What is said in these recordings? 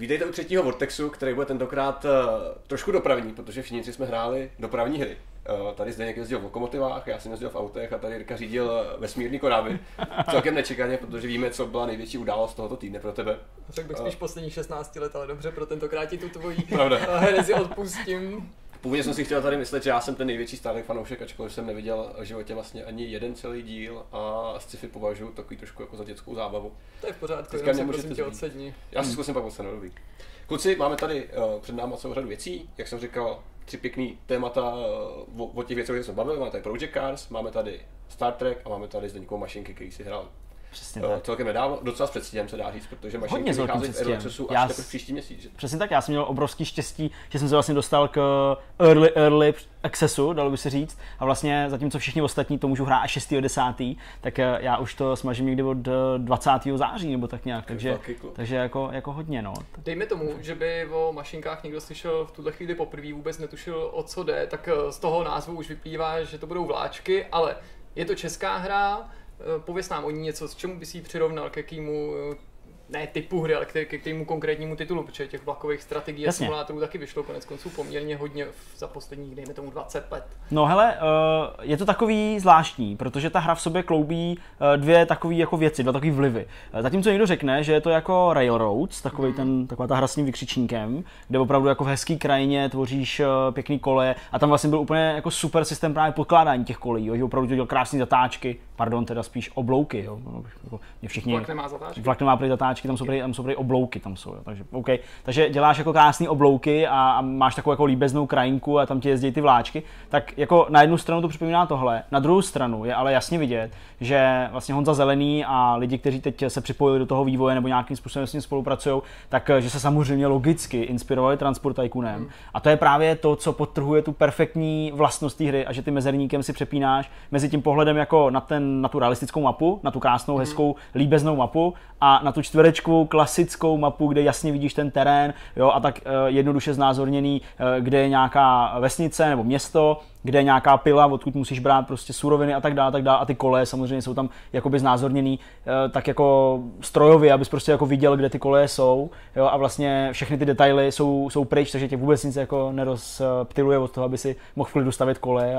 Vítejte u třetího Vortexu, který bude tentokrát trošku dopravní, protože všichni tři jsme hráli dopravní hry. Tady Zdeněk jezdil v lokomotivách, já jsem jezdil v autech a tady Jirka řídil vesmírný koráby. Celkem nečekaně, protože víme, co byla největší událost tohoto týdne pro tebe. Řekl bych spíš posledních 16 let, ale dobře, pro tentokrát ti tu tvojí herezi odpustím. Původně jsem si chtěl tady myslet, že já jsem ten největší Star Trek fanoušek, ačkoliv jsem neviděl v životě vlastně ani jeden celý díl a sci-fi považuji takový trošku jako za dětskou zábavu. To je v pořádku, jenom se prosím tě odsedni. Já si zkusím pak odsednout, dobrý. Kluci, máme tady před náma celou řadu věcí, jak jsem říkal, 3 pěkný témata o těch věcech, o kterých jsme bavili. Máme tady Project Cars, máme tady Star Trek a máme tady Zdeňkovu mašinky, který si hrál. Přesně tak. Celkem nedávno, docela s předstihem se dá říct, protože mašinky vycházejí v Early Accessu až teprve příští měsíc. Že? Přesně tak, já jsem měl obrovský štěstí, že jsem se vlastně dostal k Early Accessu, dalo by se říct, a vlastně zatímco všichni ostatní to můžou hrát až 6.10., tak já už to smažím někdy od 20. září nebo tak nějak, takže jako hodně, no. Dejme tomu, že by o mašinkách někdo slyšel v tuhle chvíli poprvé, vůbec netušil, o co jde, tak z toho názvu už vyplývá, že to budou vláčky, ale je to česká hra. Pověz nám o ní něco, s čemu bys ji přirovnal, k jakému, ne typu hry, ale k jakému konkrétnímu titulu, protože těch vlakových strategií a simulátorů taky vyšlo konec konců poměrně hodně za posledních, dejme tomu 20 let. No hele, je to takový zvláštní, protože ta hra v sobě kloubí dvě takové jako věci, dva takové vlivy. Zatímco někdo řekne, že je to jako Railroads, taková ta hra s tím vykřičníkem, kde opravdu jako v hezký krajině tvoříš pěkný koleje a tam vlastně byl úplně jako super systém právě podkládání těch kolejí, jo, že opravdu dělal krásné zatáčky, teda spíš oblouky, jo. Všichni, vlak nemá zatáčky. Vlak nemá prý zatáčky, tam jsou prý oblouky, tam jsou, jo. Takže okay. Takže děláš jako krásný oblouky a máš takovou jako líbeznou krajinku a tam ti jezdí ty vláčky, tak jako na jednu stranu to připomíná tohle, na druhou stranu je ale jasně vidět, že vlastně Honza Zelený a lidi, kteří teď se připojili do toho vývoje nebo nějakým způsobem s ním spolupracují, tak že se samozřejmě logicky inspirovali Transport Tycoonem. A to je právě to, co podtrhuje tu perfektní vlastnost té hry a že ty mezerníkem si přepínáš mezi tím pohledem jako na tu realistickou mapu, na tu krásnou, hezkou, líbeznou mapu a na tu čtverečkovou klasickou mapu, kde jasně vidíš ten terén, jo, a tak jednoduše znázorněný, kde je nějaká vesnice nebo město, kde je nějaká pila, odkud musíš brát prostě suroviny a tak dále a ty koleje samozřejmě jsou tam jakoby znázorněný tak jako strojově, abys prostě jako viděl, kde ty koleje jsou, jo, a vlastně všechny ty detaily jsou pryč, takže tě vůbec nic jako nerozptyluje od toho, aby si mohl v klidu stavět koleje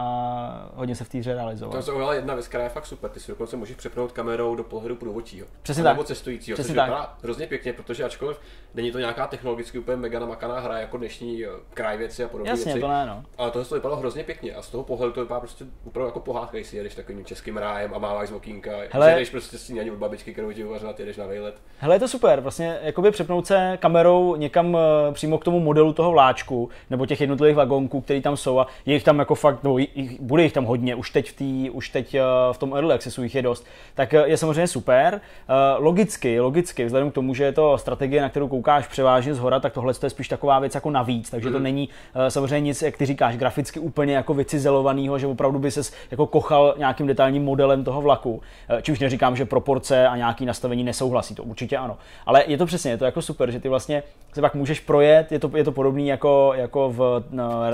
a hodně se v té hře realizovat. To je zaujala jedna věc, která je fakt super, ty si dokonce můžeš přepnout kamerou do pohledu průvodčího. Přesně tak. Nebo cestujícího, což vypadá hrozně pěkně, protože ačkoliv není to nějaká technologicky úplně mega namakaná hra jako dnešní kraj věci a podobné věci. To ne, no. Ale tohle to vypadalo hrozně pěkně a z toho pohledu to vypadá prostě opravdu jako pohádka, když si jedeš takovým českým rájem a máváš z okýnka, jedeš prostě snídaní od babičky, kterou ti uvařila, ty jedeš na vejlet. Hele, je to super, vlastně jakoby přepnout se kamerou někam přímo k tomu modelu toho vláčku nebo těch jednotlivých vagónků, které tam jsou a je jich tam jako fakt, no, bude jich tam hodně, už teď v tom Early Accessu jich je dost, tak je samozřejmě super. Logicky, vzhledem k tomu, že je to strategie, na kterou koukáš převážně zhora, tak tohle je spíš taková věc jako navíc, takže to není samozřejmě nic, jak ty říkáš, graficky úplně jako vycizelovanýho, že opravdu by ses jako kochal nějakým detailním modelem toho vlaku. Čímž neříkám, že proporce a nějaký nastavení nesouhlasí, to určitě ano. Ale je to přesně, je to jako super, že ty vlastně se pak můžeš projet, je to podobný jako v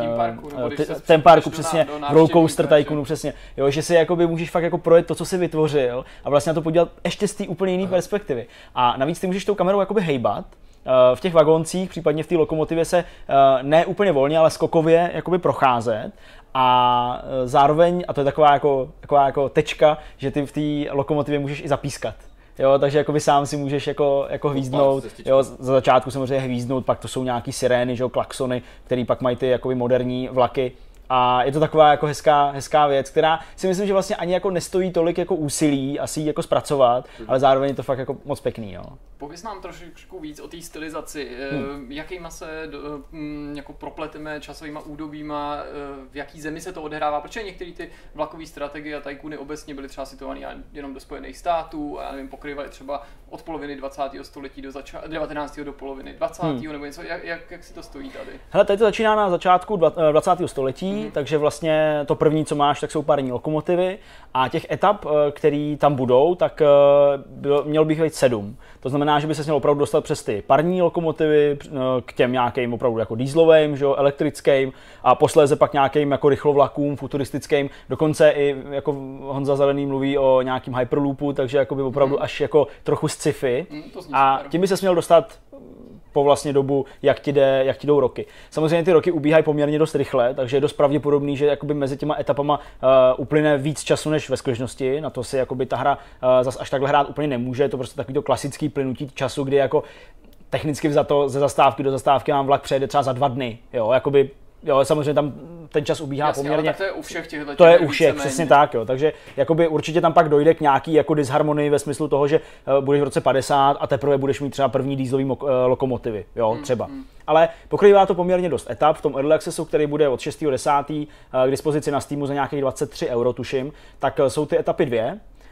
Theme Parku, přesně, v Roller Coaster Tycoonu, přesně. Jo, že si jakoby můžeš fakt jako projet to, co si vytvořil a vlastně na to podívat ještě z té úplně jiné perspektivy. A navíc ty můžeš tou kamerou jakoby hejbat v těch vagóncích, případně v té lokomotivě se ne úplně volně, ale skokově jakoby procházet. A zároveň, a to je taková jako tečka, že ty v té lokomotivě můžeš i zapískat. Jo, takže jakoby sám si můžeš jako hvízdnout, jo, za začátku samozřejmě hvízdnout, pak to jsou nějaký sirény, že jo, klaxony, který pak mají ty jakoby moderní vlaky. A je to taková jako hezká věc, která si myslím, že vlastně ani jako nestojí tolik jako úsilí asi jako zpracovat, ale zároveň je to fakt jako moc pěkný, jo. Pověz nám trošku víc o té stylizaci, jakýma se jako propleteme časovýma údobíma, v jaký zemi se to odehrává, protože některé ty vlakové strategie a tycoony obecně byly třeba situované jenom do Spojených států a já nevím, pokrývaly třeba od poloviny 20. století do 19. do poloviny 20. nebo něco, jak si to stojí tady? Hele, tady to začíná na začátku 20. století, takže vlastně to první, co máš, tak jsou parní lokomotivy a těch etap, které tam budou, tak mělo bych být 7. To znamená, že by se měl opravdu dostat přes ty parní lokomotivy k těm nějakým opravdu jako dieselovým, že jo, elektrickým a posléze pak nějakým jako rychlovlakům, futuristickým. Dokonce i jako Honza Zelený mluví o nějakým hyperloopu, takže jako by opravdu až jako trochu sci-fi. A tím by se měl dostat po vlastně dobu, jak ti jdou roky. Samozřejmě ty roky ubíhají poměrně dost rychle, takže je dost pravděpodobný, že jakoby mezi těma etapama uplyne víc času než ve skutečnosti. Na to si jakoby ta hra zas až takhle hrát úplně nemůže, je to prostě takový to klasický plynutí času, kdy jako technicky vzato ze zastávky do zastávky vám vlak přejede třeba za 2 dny, jo, jakoby. Jo, samozřejmě tam ten čas ubíhá poměrně. Tak to je u všech těchto. To je u všech, přesně tak, jo. Takže jakoby určitě tam pak dojde k nějaký jako disharmonii ve smyslu toho, že budeš v roce 50 a teprve budeš mít třeba první dieselový lokomotivy, jo, třeba. Ale pokrývá to poměrně dost etap v tom Early Accessu, který bude od 6.10. K dispozici na Steamu za nějakých 23 €, tuším, tak jsou ty etapy 2.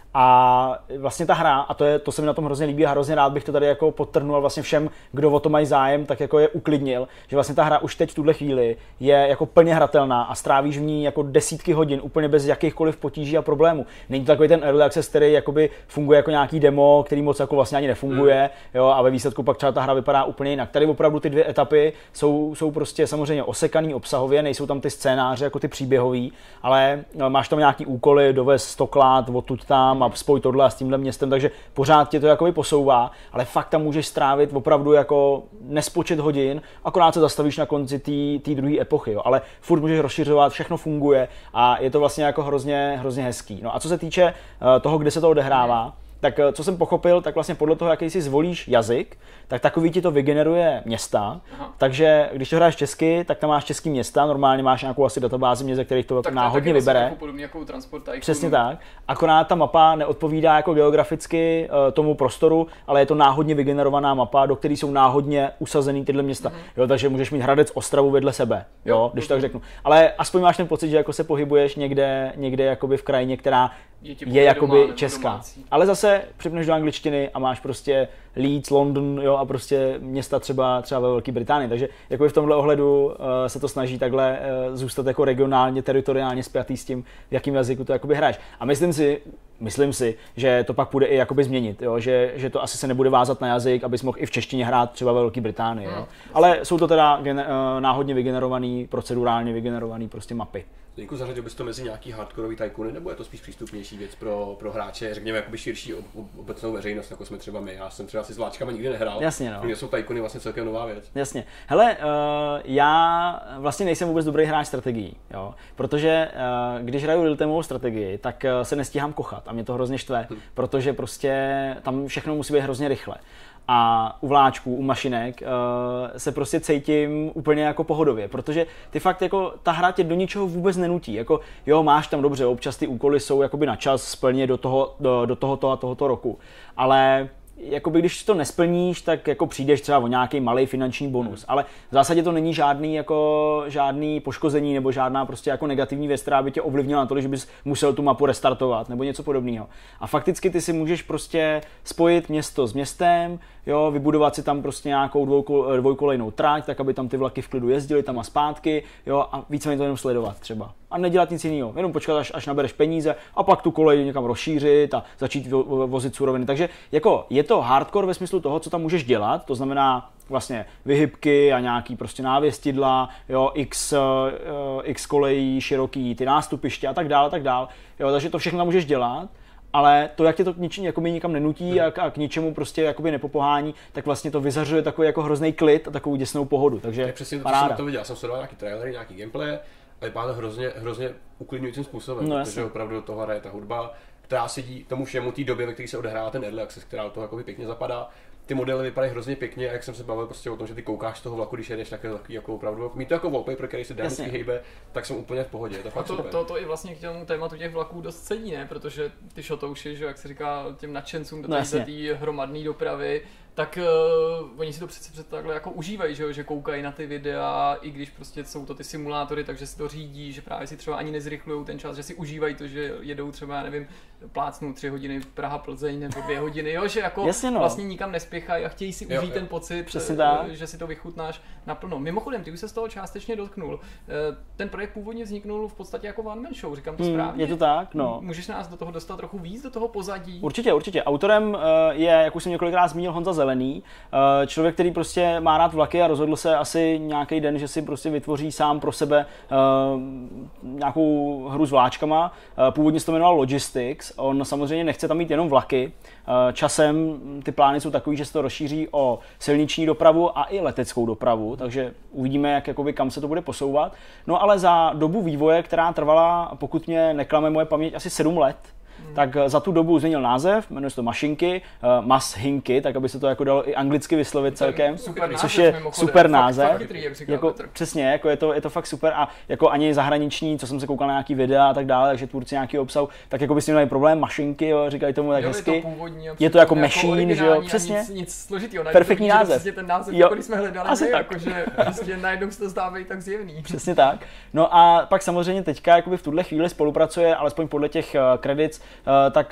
A vlastně ta hra, a to se mi na tom hrozně líbí a hrozně rád bych to tady jako podtrhnul vlastně všem, kdo o to mají zájem, tak jako je uklidnil, že vlastně ta hra už teď v tuhle chvíli je jako plně hratelná a strávíš v ní jako desítky hodin úplně bez jakýchkoliv potíží a problémů. Není to takový ten Early Access, který jakoby funguje jako nějaký demo, který moc jako vlastně ani nefunguje, jo, a ve výsledku pak třeba ta hra vypadá úplně jinak. Tady opravdu ty 2 etapy jsou prostě samozřejmě osekaný obsahově, nejsou tam ty scénáře jako ty příběhový, ale máš tam nějaký úkoly, dovez stoklát, odtud tam a spoj tohle a s tímhle městem, takže pořád tě to jakoby posouvá, ale fakt tam můžeš strávit opravdu jako nespočet hodin, akorát se zastavíš na konci té druhé epochy, jo. Ale furt můžeš rozšiřovat, všechno funguje a je to vlastně jako hrozně hezký. No a co se týče toho, kde se to odehrává, tak co jsem pochopil, tak vlastně podle toho, jaký si zvolíš jazyk, tak takový ti to vygeneruje města. Aha. Takže když to hraješ česky, tak tam máš český města, normálně máš nějakou asi databázi měst, ze kterých to tak náhodně vybere. Jako podobně jako Transport Tycoon. Přesně tak. Akorát ta mapa neodpovídá jako geograficky tomu prostoru, ale je to náhodně vygenerovaná mapa, do které jsou náhodně usazený tyhle města. Jo, takže můžeš mít Hradec, Ostravu vedle sebe, jo, když tak řeknu. Ale aspoň máš ten pocit, že jako se pohybuješ někde jakoby v krajině, která je jakoby česká. Domácí. Ale zase připneš do angličtiny a máš prostě Leeds, London, jo, a prostě města třeba ve Velké Británii. Takže jako v tomhle ohledu se to snaží takhle zůstat jako regionálně, teritoriálně spjatý s tím, v jakým jazyku to jakoby hraješ. A myslím si, že to pak půjde i jakoby změnit, jo? Že to asi se nebude vázat na jazyk, abys mohl i v češtině hrát třeba ve Velké Británii. Jo? Ale jsou to teda náhodně vygenerovaný, procedurálně vygenerovaný prostě mapy. Zdeňku, zařadil bys to mezi nějaký hardkorový tycoony, nebo je to spíš přístupnější věc pro hráče, řekněme, jakoby širší obecnou veřejnost, jako jsme třeba my? Já jsem třeba si s vláčkama nikdy nehrál. Jasně, no. Mně jsou tycoony vlastně celkem nová věc. Jasně. Hele, já vlastně nejsem vůbec dobrý hráč strategií, jo? Protože když hraju real-timeovou strategii, tak se nestíhám kochat a mě to hrozně štve, protože prostě tam všechno musí být hrozně rychle. A u vláčků, u mašinek se prostě cítím úplně jako pohodově, protože ty fakt jako ta hra tě do ničeho vůbec nenutí, jako jo, máš tam dobře, občas ty úkoly jsou jakoby na čas splně do tohoto a tohoto roku, ale jakoby když to nesplníš, tak jako přijdeš třeba o nějaký malý finanční bonus, ale v zásadě to není žádný poškození nebo žádná prostě jako negativní věc, která by tě ovlivnila na to, že bys musel tu mapu restartovat nebo něco podobného. A fakticky ty si můžeš prostě spojit město s městem, jo, vybudovat si tam prostě nějakou dvojkolejnou trať, tak aby tam ty vlaky v klidu jezdily tam a zpátky, jo, a víceméně to jenom sledovat třeba. A nedělat nic jiného, jenom počkat, až nabereš peníze a pak tu kolej někam rozšířit a začít vozit suroviny. Takže jako je to hardcore ve smyslu toho, co tam můžeš dělat, to znamená vlastně vyhybky a nějaký prostě návěstidla, jo, x kolejí, široký ty nástupiště a tak dále. Jo, takže to všechno tam můžeš dělat. Ale to, jak tě to nikam nenutí a k ničemu prostě jakoby nepopohání, tak vlastně to vyzařuje takový jako hrozný klid a takovou děsnou pohodu. Takže přesně to, jsem to viděl. Já jsem sledoval nějaký trailery, nějaký gameplay a vypadá to hrozně uklidňujícím způsobem, no, protože opravdu do toho hraje ta hudba, která sedí tomu všemu té době, ve které se odehrává ten Early Access, která do toho jakoby pěkně zapadá. Ty modely vypadají hrozně pěkně, a jak jsem se bavil prostě o tom, že ty koukáš z toho vlaku, když jedeš takový jako opravdu, mít to jako wallpaper, který se dynamicky hejbe, tak jsem úplně v pohodě. To fakt super. To i vlastně k tomu tématu těch vlaků dost cení, ne? Protože ty šotouši, že jak se říká těm nadšencům do té hromadné dopravy, tak oni si to přece takhle jako užívají, že koukají na ty videa, i když prostě jsou to ty simulátory, takže si to řídí, že právě si třeba ani nezrychlujou ten čas, že si užívají to, že jedou třeba, já nevím, plácnou 3 hodiny Praha-Plzeň nebo 2 hodiny, jo, že jako vlastně nikam nespěchají a chtějí si užít ten pocit, že si to vychutnáš naplno. Mimochodem, ty už se z toho částečně dotknul. Ten projekt původně vzniknul v podstatě jako one man show, říkám to správně? Je to tak, no. Můžeš nás do toho dostat trochu víc, do toho pozadí? Určitě. Autorem je, jak už jsem několikrát zmínil, Honza Zelený, člověk, který prostě má rád vlaky a rozhodl se asi nějaký den, že si prostě vytvoří sám pro sebe nějakou hru s vláčkama. Původně se to jmenoval Logistics. On samozřejmě nechce tam mít jenom vlaky. Časem ty plány jsou takový, že že se to rozšíří o silniční dopravu a i leteckou dopravu, takže uvidíme, jak, jakoby, kam se to bude posouvat. No ale za dobu vývoje, která trvala, pokud mě neklame moje paměť, asi 7 let, tak za tu dobu změnil název, jmenuje se to Mašinky, Mashinky, tak aby se to jako dalo i anglicky vyslovit celkem, což je super název. Jako, přesně, jako je to fakt super a jako ani zahraniční, co jsem se koukal na nějaký videa a tak dále, takže tvůrci nějaký obsahu, tak jako by s tím měli problém, Mašinky, jo, říkají tomu tak hezky. Je to jako machine, že jo, přesně. Nic složitýho, perfektní název. Ten název, jo, který jsme hledali, asi tak. Jakože prostě najednou se to zdá být tak zjevný. Přesně tak. No a pak samozřejmě teďka jakoby v tuhle chvíli spolupracuje, alespoň podle těch credits, tak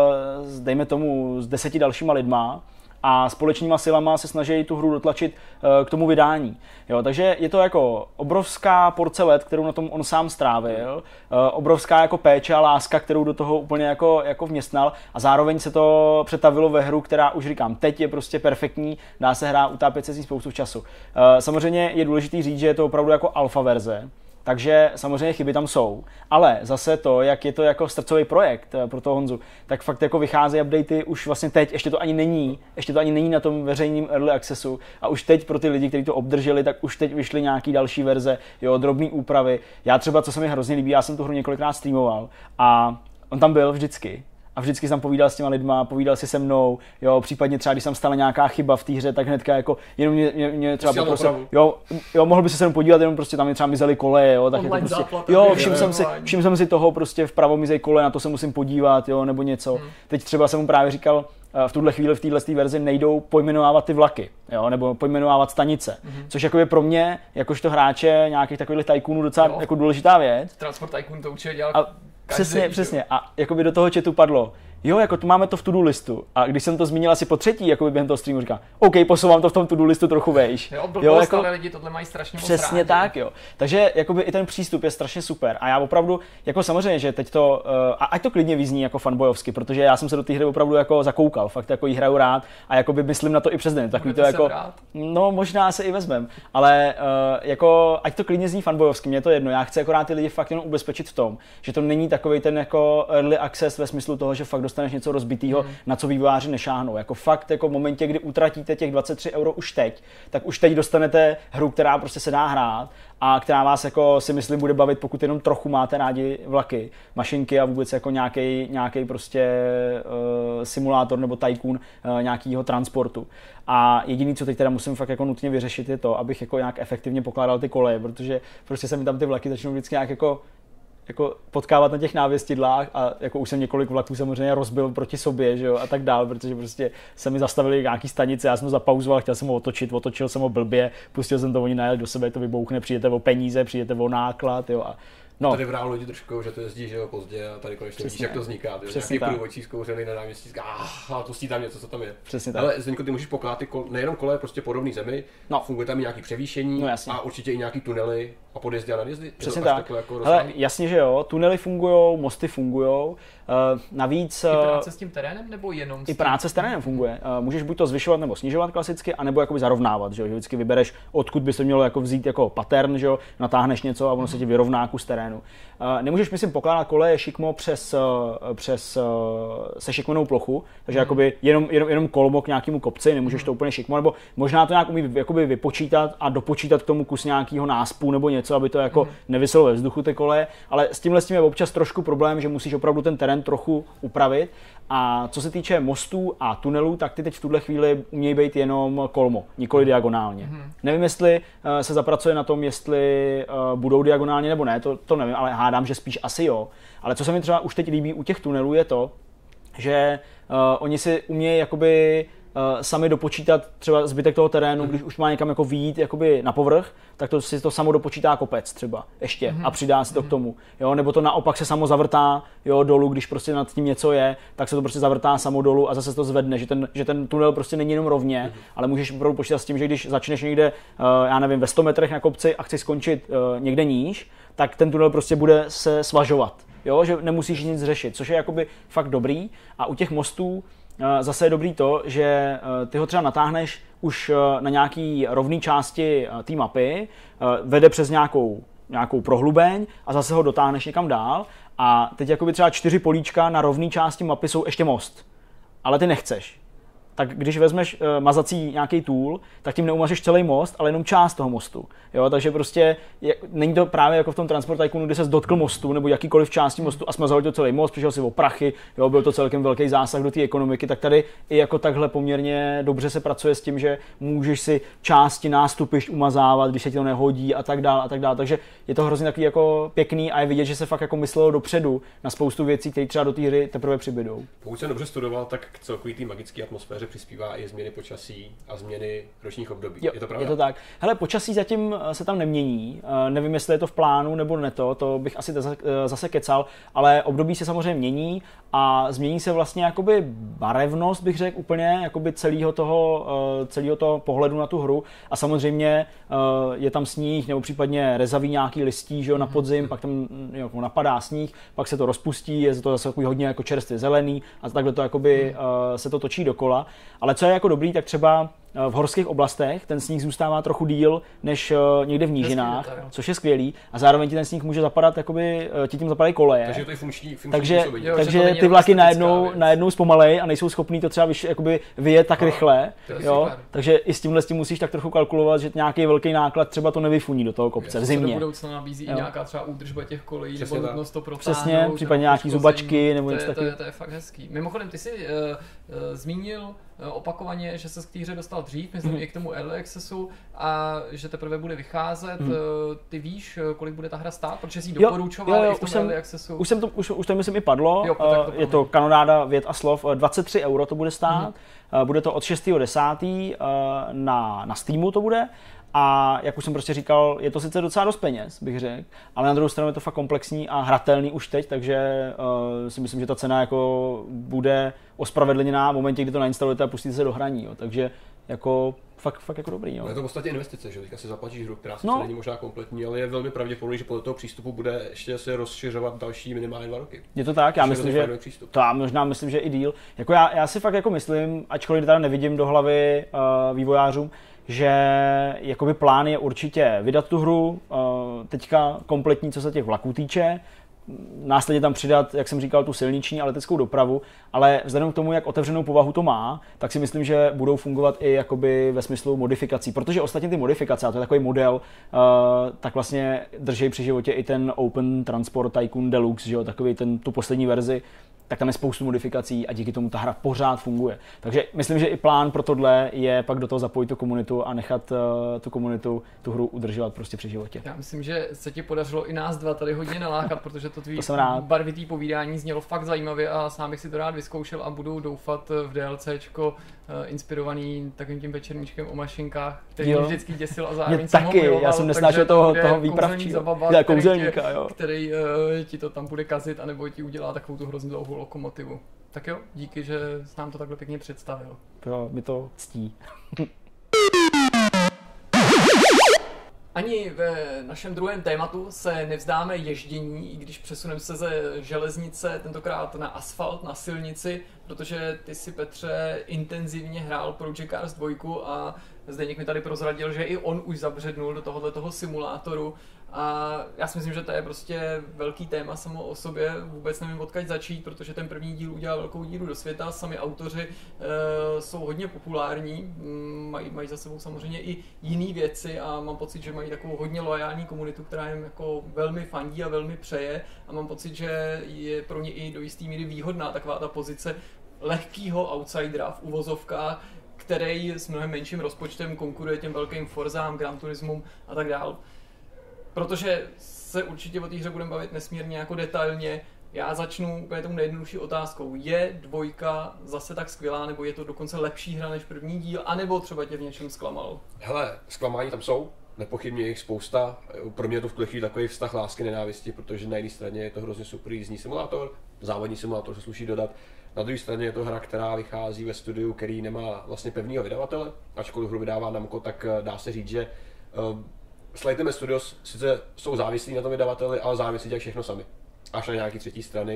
dejme tomu s 10 dalšíma lidma a společnýma silama se snaží tu hru dotlačit k tomu vydání. Jo, takže je to jako obrovská porce let, kterou na tom on sám strávil, obrovská jako péče a láska, kterou do toho úplně jako vměstnal a zároveň se to přetavilo ve hru, která už říkám, teď je prostě perfektní, dá se hrát, utápět se s ní spoustu času. Samozřejmě je důležitý říct, že je to opravdu jako alfa verze, takže samozřejmě chyby tam jsou, ale zase to, jak je to jako srdcový projekt pro toho Honzu, tak fakt jako vycházejí updaty už vlastně teď, ještě to ani není na tom veřejném early accessu a už teď pro ty lidi, kteří to obdrželi, tak už teď vyšly nějaký další verze, jo, drobné úpravy. Já třeba, co se mi hrozně líbí, já jsem tu hru několikrát streamoval a on tam byl vždycky. A vždycky jsem povídal s těma lidma, povídal si se mnou, jo, případně třeba, když tam stala nějaká chyba v té hře, tak hnedka jako jenom mě třeba poprosil, jo, mohl by se sem podívat, jenom prostě tam je třeba mizely koleje, jo, tak jako prostě, jo, všiml jsem si toho, prostě vpravo mizej koleje, na to se musím podívat, jo, nebo něco. Teď třeba jsem mu právě říkal, v tuhle chvíli v této verzi nejdou pojmenovávat ty vlaky, jo, nebo pojmenovávat stanice, což jako je pro mě, jakožto hráče nějakých takových tycoonů docela jako důležitá věc. Transport Tycoon to určitě dělal. Přesně. A jakoby do toho chatu padlo, jo, jako to máme to v to-do listu. A když jsem to zmínil asi po třetí, jakoby během toho streamu říkám, OK, posouvám to v tom to-do listu trochu vejš. Jo, jako, ale lidi tohle mají strašně moc přesně rádi. tak, jo. Takže jakoby i ten přístup je strašně super. A já opravdu, jako samozřejmě, že teď to, a ať to klidně vyzní jako fanbojovsky, protože já jsem se do té hry opravdu jako zakoukal, fakt jako jí hraju rád a jakoby myslím na to i přes den. Takový to jako, no možná se i vezmem, ale jako ať to klidně zní fanbojovsky, mě to jedno. Já chci akorát ty lidi fakt jenom ubezpečit v tom, že to není takový ten jako early access ve smyslu toho, že fakt dostaneš něco rozbitýho, na co vývojáři nešáhnou. Jako fakt jako v momentě, kdy utratíte těch 23 € už teď, tak už teď dostanete hru, která prostě se dá hrát a která vás jako si myslím bude bavit, pokud jenom trochu máte rádi vlaky, mašinky a vůbec jako nějaký prostě simulátor nebo tycoon nějakého transportu. A jediný, co teď teda musím fakt jako nutně vyřešit, je to, abych jako nějak efektivně pokládal ty koleje, protože prostě se mi tam ty vlaky začnou vždycky nějak jako potkávat na těch návěstidlách a jako už jsem několik vlaků samozřejmě rozbil proti sobě, že jo, a tak dál, protože prostě se mi zastavili nějaký stanice, já jsem to zapauzoval, chtěl jsem ho otočil jsem ho blbě, pustil jsem to, oni najeli do sebe, to vybouchne, přijete o peníze, přijete o náklad, jo, a no. Tady vrál lidi trošku, že to jezdí, že jo, pozdě a tady konečně vidíš, jak to vzniká, nějaký průvodčí zkouřený na náměstí, a pustí tam něco, co tam je. Přesně tak. Ale Zdeňko, ty můžeš pokládat nejenom koleje prostě po rovné zemi, funguje tam i nějaký převýšení a určitě i nějaký tunely a podjezdy a nadjezdy. Přesně tak. Jako hele, jasně, že jo, tunely fungujou, mosty fungujou, navíc... I práce s tím terénem nebo jenom s tím? I práce s terénem funguje. Můžeš buď to zvyšovat nebo snižovat klasicky, anebo jakoby zarovnávat, že jo, že vždycky vybereš, odkud by se mělo jako vzít jako pattern, že jo, natáhneš něco a ono se ti vyrovná kus terénu. Nemůžeš, myslím, pokládat koleje šikmo přes sešikmenou plochu, takže jakoby jenom kolmo k nějakému kopci, nemůžeš to úplně šikmo, nebo možná to nějak umí jakoby vypočítat a dopočítat k tomu kus nějakého náspu nebo něco, aby to jako neviselo ve vzduchu ty koleje, ale s tím je občas trošku problém, že musíš opravdu ten terén trochu upravit. A co se týče mostů a tunelů, tak ty teď v tuhle chvíli umějí být jenom kolmo, nikoli diagonálně. Nevím, jestli se zapracuje na tom, jestli budou diagonálně nebo ne, to nevím, ale hádám, že spíš asi jo. Ale co se mi třeba už teď líbí u těch tunelů je to, že oni si umějí jakoby sami dopočítat třeba zbytek toho terénu, když už má někam jako vyjít jakoby na povrch, tak to si to samo dopočítá kopec třeba ještě a přidá si to k tomu. Jo, nebo to naopak se samo zavrtá, jo, dolů, když prostě nad tím něco je, tak se to prostě zavrtá samo dolů a zase se to zvedne, že ten tunel prostě není jenom rovně, ale můžeš opravdu počítat s tím, že když začneš někde, já nevím, ve 100 metrech na kopci a chceš skončit někde níž, tak ten tunel prostě bude se svažovat. Jo, že nemusíš nic řešit, což je jakoby fakt dobrý. A u těch mostů zase je dobrý to, že ty ho třeba natáhneš už na nějaký rovný části té mapy, vede přes nějakou prohlubeň a zase ho dotáhneš někam dál a teď jakoby třeba 4 políčka na rovný části mapy jsou ještě most, ale ty nechceš. tak když vezmeš mazací nějaký tool, tak tím neumažeš celý most, ale jenom část toho mostu. Jo, takže prostě není to právě jako v tom Transport Tycoonu, kdy se dotkl mostu nebo jakýkoliv části mostu a smazal to celý most, přišel si o prachy, jo, byl to celkem velký zásah do té ekonomiky, tak tady i jako takhle poměrně dobře se pracuje s tím, že můžeš si části nástupišť umazávat, když se ti to nehodí a tak dál. Takže je to hrozně takový jako pěkný a je vidět, že se fakt jako myslelo dopředu na spoustu věcí, které třeba do té hry teprve přibydou. Pokud jsem dobře studoval, tak k celkový té magické atmosféře přispívá i změny počasí a změny ročních období. Jo, je to pravda? Je to tak. Hele, počasí zatím se tam nemění. Nevím, jestli je to v plánu nebo ne to bych asi zase kecal, ale období se samozřejmě mění a změní se vlastně jakoby barevnost, bych řekl úplně, jakoby celého toho pohledu na tu hru a samozřejmě je tam sníh nebo případně rezaví nějaký listí, že jo, na podzim, pak tam jako napadá sníh, pak se to rozpustí, je to zase takový hodně jako čerstvě zelený a takhle to jakoby se to točí dokola. Ale co je jako dobrý, tak třeba v horských oblastech ten sníh zůstává trochu díl než někde v nížinách, což je skvělý a zároveň ti ten sníh může zapadat, jakoby ti tím zapadají koleje. Takže to je funkční takže ty vlaky najednou zpomalej a nejsou schopný to třeba vyjet tak rychle. Jo? Takže i s tím musíš tak trochu kalkulovat, že nějaký velký náklad třeba to nevyfuní do toho kopce v zimě. Do budoucna nabízí i nějaká třeba údržba těch kolejí nebo nutnost to protáhnout. Přesně, případně nějaký zubačky nebo něco takového. To je fakt hezký. Mimochodem, ty jsi zmínil opakovaně, že se k té hře dostal dřív, myslím i k tomu Early Accessu a že teprve bude vycházet. Ty víš, kolik bude ta hra stát? Protože jsi ji doporučoval i v tom Early Accessu. Už to myslím i padlo. Je to kanonáda vět a slov. 23 € to bude stát. Bude to od 6.10. Na Steamu to bude. A jak už jsem prostě říkal, je to sice docela dost peněz, bych řekl, ale na druhou stranu je to fakt komplexní a hratelný už teď, takže si myslím, že ta cena jako bude ospravedlněná v momentě, kdy to nainstalujete a pustíte se do hraní. Jo. Takže jako fakt jako dobrý. Jo. Je to v podstatě investice, že teďka si zaplatíš hru, která sice není možná kompletní, ale je velmi pravděpodobný, že podle toho přístupu bude ještě se rozšiřovat další minimálně 2 roky. Je to tak, já myslím, že možná myslím, že i díl. Jako já si fakt jako myslím, ačkoliv teda nevidím do hlavy vývojářům, že jakoby plán je určitě vydat tu hru teďka kompletní, co se těch vlaků týče, následně tam přidat, jak jsem říkal, tu silniční a leteckou dopravu, ale vzhledem k tomu, jak otevřenou povahu to má, tak si myslím, že budou fungovat i jakoby ve smyslu modifikací, protože ostatně ty modifikace, a to je takový model, tak vlastně drží při životě i ten Open Transport Tycoon Deluxe, že jo, takový tu poslední verzi, tak tam je spoustu modifikací a díky tomu ta hra pořád funguje. Takže myslím, že i plán pro tohle je pak do toho zapojit tu komunitu a nechat tu komunitu tu hru udržovat prostě při životě. Já myslím, že se ti podařilo i nás dva tady hodně nalákat, protože to tvý barvitý povídání znělo fakt zajímavě a sám bych si to rád vyzkoušel a budu doufat v DLCčko inspirovaný takovým tím večerníčkem o mašinkách, který mě vždycky děsil a zároveň jsem ho miloval. Já jsem nesnášel toho výpravčího, který ti to tam bude kazit anebo ti udělá takovou tu hrozně dlouhou lokomotivu. Tak jo, díky, že jsi nám to takhle pěkně představil. Jo, mi to ctí. Ani ve našem druhém tématu se nevzdáme ježdění, i když přesuneme se ze železnice tentokrát na asfalt, na silnici, protože ty si, Petře, intenzivně hrál Project Cars 2 a Zdeněk mi tady prozradil, že i on už zabřednul do tohoto simulátoru. A já si myslím, že to je prostě velký téma samo o sobě, vůbec nevím odkud začít, protože ten první díl udělal velkou díru do světa, sami autoři jsou hodně populární, mají za sebou samozřejmě i jiné věci a mám pocit, že mají takovou hodně loajální komunitu, která jim jako velmi fandí a velmi přeje a mám pocit, že je pro ně i do jisté míry výhodná taková ta pozice lehkýho outsidera v uvozovkách, který s mnohem menším rozpočtem konkuruje těm velkým Forzám, Gran Turismům a tak dále. Protože se určitě o té hře budeme bavit nesmírně jako detailně. Já začnu úplně tou nejjednodušší otázkou. Je 2 zase tak skvělá, nebo je to dokonce lepší hra než první díl, anebo třeba tě v něčem zklamal? Hele, zklamání tam jsou, nepochybně jich spousta. Pro mě je to v tuhle chvíli takový vztah lásky nenávisti, protože na jedné straně je to hrozně super jízdní simulátor, závodní simulátor se sluší dodat. Na druhé straně je to hra, která vychází ve studiu, který nemá vlastně pevného vydavatele, ačkoliv hru vydává Namco, tak dá se říct, že Sledgehammer Studios sice jsou závislí na tom vydavateli, ale závislí dělají všechno sami. Až na nějaký třetí strany.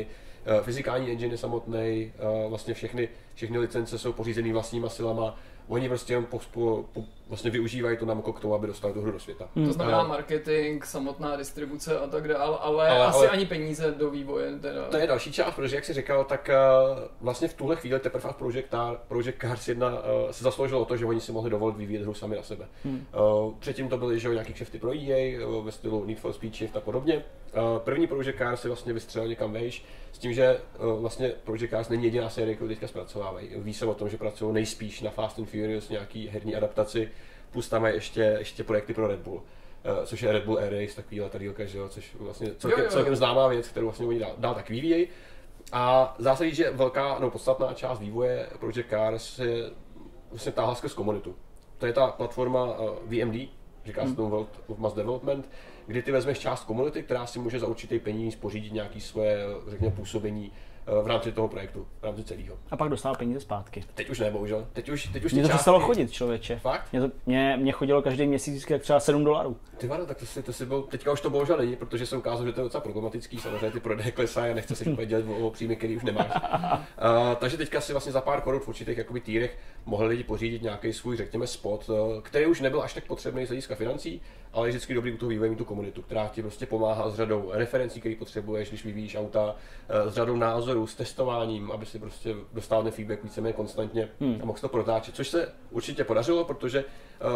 fyzikální engine je samotný, vlastně všechny licence jsou pořízený vlastníma silama. Oni prostě jen vlastně využívají to namko k tomu, aby dostali tu hru do světa. To znamená marketing, samotná distribuce a tak dále, ale asi ani peníze do vývoje. Teda. To je další část, protože jak jsi říkal, tak vlastně v tuhle chvíli teprve Project Cars 1 se zasloužilo o to, že oni si mohli dovolit vyvíjet hru sami na sebe. Předtím to byly, že nějaký kšefty pro EA ve stylu Need for Speed Shift a podobně. První Project Cars se vlastně vystřelil někam vejš, s tím, že vlastně Project Cars není jediná série, kterou teďka zpracovávají. Ví se o tom, že pracují nejspíš na Fast and Furious, nějaký herní adaptaci, plus tam mají ještě projekty pro Red Bull, což je Red Bull Air Race, takový letadýlka, že jo, což vlastně celkem známá věc, kterou vlastně oni dál tak vyvíjejí. A zdá se, že podstatná část vývoje Project Cars je vlastně táhla skrz komunitu. To je ta platforma VMD, říká se tomu World of Mass Development, kdy ty vezmeš část komunity, která si může za určitý peníz pořídit nějaké svoje, řekněme, působení v rámci toho projektu, v rámci celého. A pak dostal peníze zpátky. Teď už ne, bohužel. Teď už mě to přestalo chodit, člověče. Fakt? Mě chodilo každý měsíc třeba $7. Ty vado, tak to si byl, teďka už to bohužel není, protože jsem ukázal, že to je docela problematický, samozřejmě ty prodeje klesají a nechce se úplně dělat o příjmy, který už nemáš. Takže teďka si vlastně za pár korun v určitých jakoby týrech mohli lidi pořídit nějaký svůj, řekněme, spot, který už nebyl až tak potřebný z hlediska financí, ale je vždycky dobrý u toho vývoje mít tu komunitu, která ti prostě pomáhá s řadou referencí, které potřebuješ, když vyvíjíš auta, s řadou názorů, s testováním, aby si prostě dostal ten feedback víceméně konstantně a mohl to protáčet, což se určitě podařilo, protože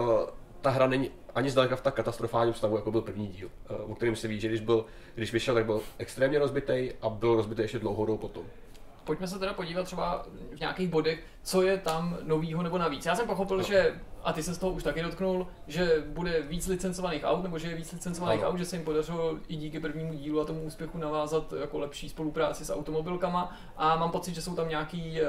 ta hra není ani zdaleka v tak katastrofálním stavu, jako byl první díl, o kterém se ví, že když vyšel, tak byl extrémně rozbitej a byl rozbitej ještě dlouhou dobu potom. Pojďme se teda podívat třeba v nějakých bodech, co je tam novýho nebo navíc. Já jsem pochopil, že, a ty se z toho už taky dotknul, že bude víc licencovaných aut, nebo že je víc licencovaných aut, že se jim podařilo i díky prvnímu dílu a tomu úspěchu navázat jako lepší spolupráci s automobilkama a mám pocit, že jsou tam nějaký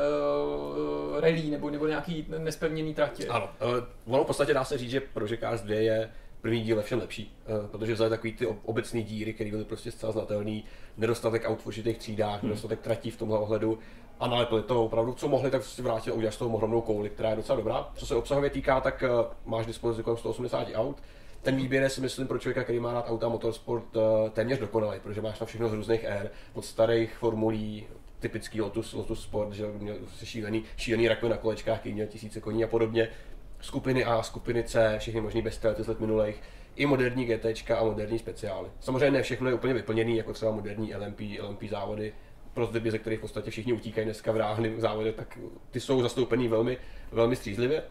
rally nebo nějaký nespevněný tratě. Ano, ono v podstatě dá se říct, že Project Cars 2 je první díl je všem lepší, protože vzali takový ty obecné díry, které byly prostě zcela znatelný, nedostatek aut v určitých třídách, nedostatek tratí v tomhle ohledu a nalepili to opravdu, co mohli, tak si vrátili a udělali z toho ohromnou kouli, která je docela dobrá. Co se obsahově týká, tak máš dispozici kolem 180 aut. Ten výběr je, si myslím, pro člověka, který má rád auta motorsport, téměř dokonalý, protože máš tam všechno z různých ér, od starých formulí, typický Lotus Sport, že měl šílený rakve na kolečkách, který měl 1000 koní a podobně. Skupiny A, skupiny C, všechny možný bestelety z let minulých, i moderní GTčka a moderní speciály. Samozřejmě ne všechno je úplně vyplněný, jako třeba moderní LMP závody, pro zbytky, ze kterých v podstatě všichni utíkají dneska v reálném závodě, tak ty jsou zastoupený velmi střízlivě.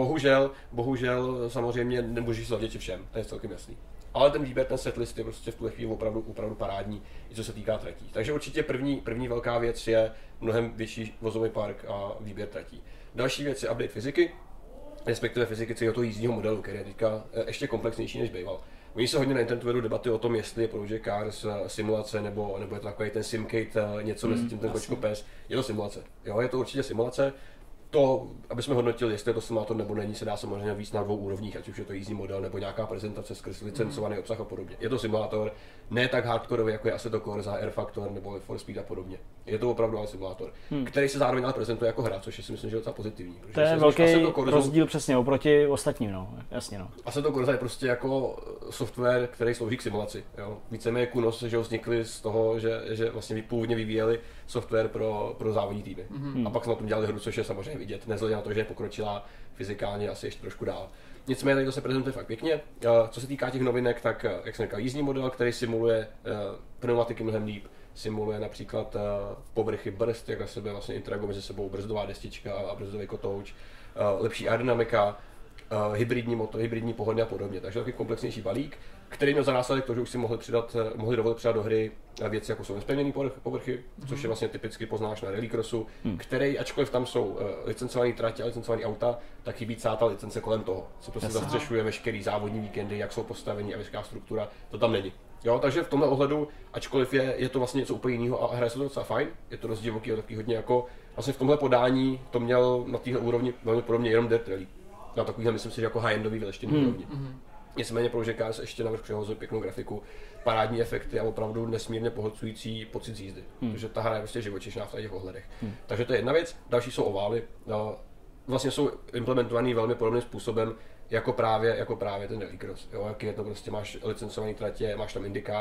Bohužel samozřejmě nemůžeš se zavděčit všem, to je celkem jasný. Ale ten výběr, ten setlist je prostě v tuhle chvíli opravdu parádní, i co se týká tratí. Takže určitě první velká věc je mnohem větší vozový park a výběr tratí. Další věc je update fyziky, respektive fyziky celého toho jízdního modelu, který je teďka ještě komplexnější než býval. Oni se hodně na internetu vedou debaty o tom, jestli je Project Cars simulace, nebo je to takový ten Simcade, něco mezi tím ten kočko pes. Je to simulace. Jo, je to určitě simulace. To, aby jsme hodnotili, jestli je to simulátor nebo není, se dá samozřejmě víc na dvou úrovních, ať už je to jízdní model nebo nějaká prezentace skrz licencovaný obsah a podobně. Je to simulátor, ne tak hardkorový, jako je Assetto Corsa, Air Factor nebo For Speed a podobně. Je to opravdu ale simulátor, který se zároveň ale prezentuje jako hra, což je si myslím, že je docela pozitivní. To je velký rozdíl přesně oproti ostatním, no, jasně no. Assetto Corsa je prostě jako software, který slouží k simulaci. Jo. Víceméně Kunos, že vznikli z toho, že vlastně původně vyvíjeli software pro závodní týmy. A pak jsme na tom dělali hru, což je samozřejmě vidět, nezhledě na to, že je pokročilá fyzikálně asi ještě trošku dál. Nicméně tady to se prezentuje fakt pěkně. Co se týká těch novinek, tak jak jsem říkal, jízdní model, který simuluje pneumatiky mnohem líp, simuluje například povrchy brzd, jak na sebe vlastně interaguje mezi sebou brzdová destička a brzdový kotouč, lepší aerodynamika, hybridní motor, hybridní pohony a podobně. Takže takový komplexnější balík, který měl za následek to, že už si mohli dovolit přidat do hry věci, jako jsou nespevněné povrchy, což je vlastně typicky poznáš na rallycrossu, který, ačkoliv tam jsou licencované tratě a licencované auta, tak chybí celá ta licence kolem toho, co prostě zastřešuje veškerý závodní víkendy, jak jsou postavení a veškerá struktura, to tam není. Jo, takže v tomhle ohledu, ačkoliv je to vlastně něco úplně jiného a hraje se to docela fajn, je to dost divoký a taky hodně jako, vlastně v tomhle podání to měl na téhle úrovni velmi podobně jenom Dirt Rally. Na takovýhle myslím si, že jako high-endový vyleštěný úrovni. Nicméně Project Cars ještě navrch přihozuje pěknou grafiku, parádní efekty a opravdu nesmírně pohlcující pocit z jízdy, protože ta hra je prostě živočišná v těch ohledech. Takže to je jedna věc, další jsou ovály, vlastně jsou implementovaný velmi podobným způsobem jako právě ten rallycross. Jo, jak je to prostě máš licencovaný tratě, máš tam IndyCar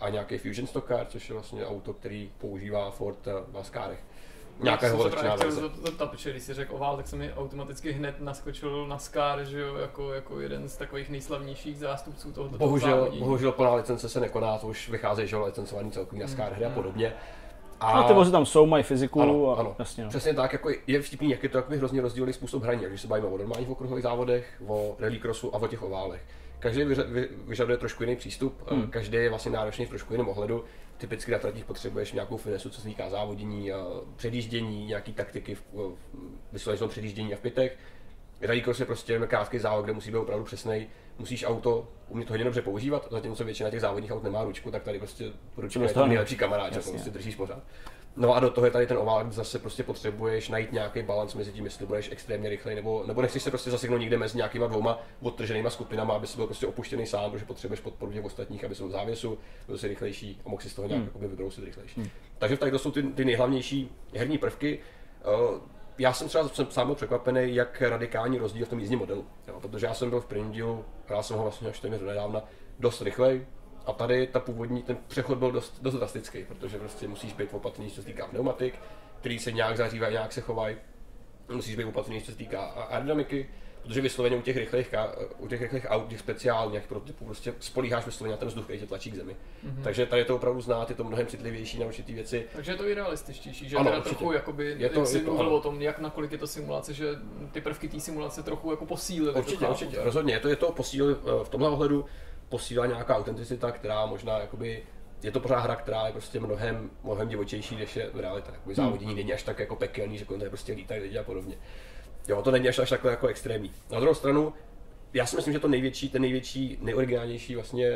a nějaký Fusion Stock Car, což je vlastně auto, který používá Ford v NASCARech. Nějaká jeho lehčená verze. Protože když si řekl oval, tak se mi automaticky hned naskočil NASCAR, že jo, jako jeden z takových nejslavnějších zástupců tohoto závodí. Bohužel plná licence se nekoná, to už vychází, že licencovaný celkový NASCAR hry a podobně. A ty vozy tam jsou, mají fyziku. Ano. Jasně, no. Přesně tak, jako je vtipný, jak je to takový hrozně rozdílný způsob hraní, když se bavíme o normálních okruhových závodech, o rallycrossu a o těch oválech. Každý vyžaduje trošku jiný přístup, každý je vlastně náročný v trošku jiném ohledu. Typicky na tratích potřebuješ nějakou finesu, co se týká závodění, předjíždění, nějaký taktiky, vysloveně předjíždění a v pitech. Rallycross je prostě krátký závod, kde musí být opravdu přesnej. Musíš auto umět hodně dobře používat, zatímco většina těch závodních aut nemá ručku, tak tady prostě ručka je nejlepší kamarád, že prostě držíš pořád. No a do toho je tady ten ovál, kde zase prostě potřebuješ najít nějaký balans mezi tím, jestli budeš extrémně rychlej, nebo nechceš se prostě zaseknout někde mezi nějakýma dvouma odtrženýma skupinama, aby si byl prostě opuštěný sám, protože potřebuješ podporu těch ostatních, aby byl v závěsu, byl si rychlejší a mohl si z toho nějak vybrousit rychlejší. Takže tady to jsou ty nejhlavnější herní prvky. Já jsem třeba sám byl překvapený, jak radikální rozdíl v tom jízdním modelu, jo, protože já jsem byl v prvním dílu, hrál jsem ho vlastně až téměř nedávna, dost rychlej. A tady ten přechod byl dost drastický, protože prostě musíš být opatrný, co se týká pneumatik, který se nějak zahřívají, nějak se chovají. Musíš být opatrný, co se týká aerodynamiky, protože vysloveně u těch rychlých aut, těch speciálních prototypů, prostě spolíháš vysloveně na ten vzduch, který tě tlačí k zemi. Takže tady je to opravdu znát, je to mnohem citlivější na určitý věci. Takže je to i realističtější, že ano, teda trochu jakoby, jak jsi mluvil o tom, jak nakolik je to simulace, že ty prvky té simulace trochu jako posílily. Určitě, rozhodně, je to posílil v tomhle ohledu. Posílá nějaká autenticita, která možná jakoby, je to pořád hra, která je prostě mnohem divočejší, než je realita. Závodění není až tak jako pekelný, že kolem prostě lítají lidi a podobně. Jo, to není až takhle jako extrémní. Na druhou stranu, já si myslím, že ten největší, nejoriginálnější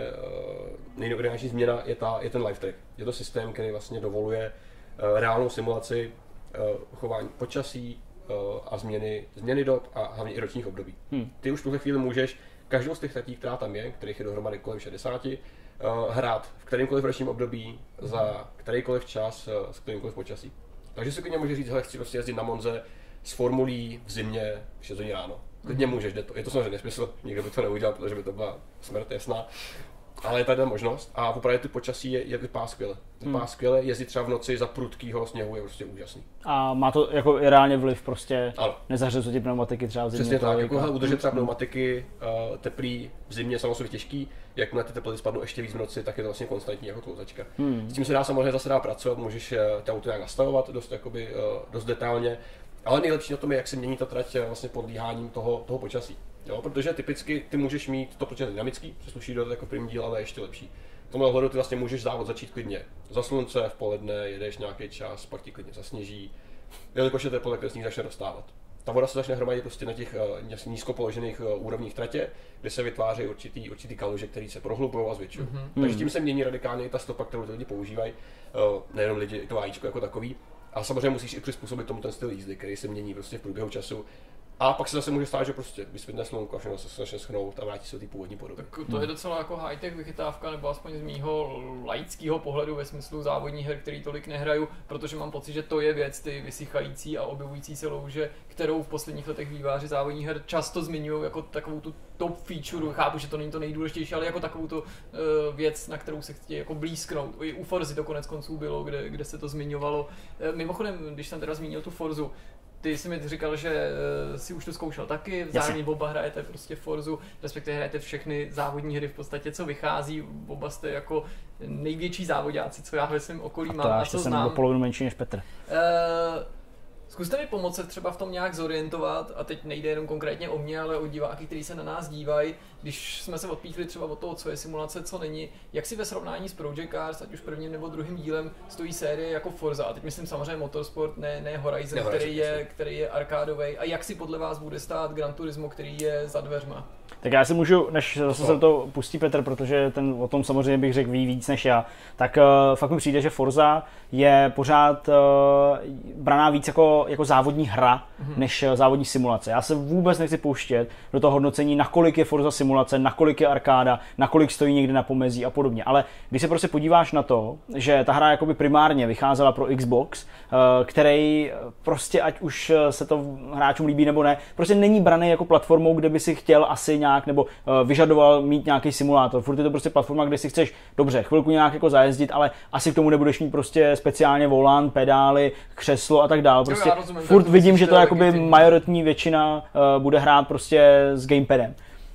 změna je ten live track. Je to systém, který vlastně dovoluje reálnou simulaci chování počasí a změny dob a hlavně i ročních období. Ty už v tuhle chvíli můžeš každou z těch tratí, která tam je, kterých je dohromady kolem 60, hrát v kterémkoliv ročním období, za kterýkoliv čas, s kterýmkoliv počasí. Takže si klidně můžeš říct, hele, chci prostě jezdit na Monze s formulí v zimě v 6 hodin ráno. Klidně můžeš, je to samozřejmě nesmysl, nikdo by to neudělal, protože by to byla smrt jasná. Ale je tady ta možnost a opravdu ty počasí vypadá skvěle. Vypadá skvěle, jezdit třeba v noci za prudkýho sněhu je prostě úžasný. A má to jako i reálně vliv prostě, nezařezu ti pneumatiky třeba v zimě. Přesně tak, jako udržet třeba pneumatiky teplý v zimě samozřejmě těžký, jakmile ty teploty spadnou ještě víc v noci, tak je to vlastně konstantní jako klouzačka. S tím se dá samozřejmě zase pracovat, můžeš ty auto nějak nastavovat dost detailně, ale nejlepší na tom je, jak se mění ta trať vlastně podlíháním toho počasí. Jo, protože typicky ty můžeš mít to počasí dynamický, což sluší do jako první díl, ale ještě lepší. V tomhle ohledu ty vlastně můžeš závod začít klidně za slunce, v poledne, jedeš nějaký čas, pak ti klidně zasněží, jelikož je teplo, tak sníh začne dostávat. Ta voda se začne hromadit prostě na těch nízko položených úrovních tratě, kde se vytváří určitý kaluže, které se prohlubují a zvětšují. Takže tím se mění radikálně i ta stopa, kterou ty lidi používají, nejenom lidi, i to vajíčko jako takový. A samozřejmě musíš i přizpůsobit tomu ten styl jízdy, který se mění prostě v průběhu času. A pak se zase může stát, že prostě vysvětne slunko a všechno se začne schnout a vrátí se do té původní podoby. Tak to je docela jako high-tech vychytávka, nebo aspoň z mýho laického pohledu ve smyslu závodních her, který tolik nehraju, protože mám pocit, že to je věc, ty vysychající a objevující se louže, kterou v posledních letech vývojáři závodních her často zmiňují jako takovou tu top feature. Chápu, že to není to nejdůležitější, ale jako takovou tu věc, na kterou se chtějí jako blízknout. I u Forzy to konec konců bylo, kde se to zmiňovalo. Mimochodem, když jsem teda zmínil tu Forzu, ty jsi mi říkal, že si už to zkoušel taky, zároveň oba hrajete prostě Forzu, respektive hrajete všechny závodní hry v podstatě, co vychází, oba jste jako největší závodáci, co já ve svém okolí mám a co znám. Jsem o polovinu menší než Petr. Zkuste mi pomoct se třeba v tom nějak zorientovat, a teď nejde jenom konkrétně o mě, ale o diváky, kteří se na nás dívají, když jsme se odpíchli třeba od toho, co je simulace, co není, jak si ve srovnání s Project Cars, ať už prvním nebo druhým dílem, stojí série jako Forza, a teď myslím samozřejmě Motorsport, ne Horizon, který je arkádový, a jak si podle vás bude stát Gran Turismo, který je za dveřma? Tak já si můžu, než zase se to pustí Petr, protože ten o tom samozřejmě bych řekl ví víc než já, tak fakt mi přijde, že Forza je pořád braná víc jako jako závodní hra, než závodní simulace. Já se vůbec nechci pouštět do toho hodnocení, nakolik je Forza simulace, nakolik je arkáda, nakolik stojí někde na pomezí a podobně. Ale když se prostě podíváš na to, že ta hra jakoby primárně vycházela pro Xbox, který prostě, ať už se to hráčům líbí nebo ne, prostě není braný jako platformou, kde by si chtěl asi nějak nebo vyžadoval mít nějaký simulátor. Furt je to prostě platforma, kde si chceš dobře chvilku nějak jako zajezdit, ale asi k tomu nebudeš mít prostě speciálně volant, pedály, křeslo a tak dále. Prostě furt vidím, že to jakoby majoritní většina bude hrát prostě s gamepadem.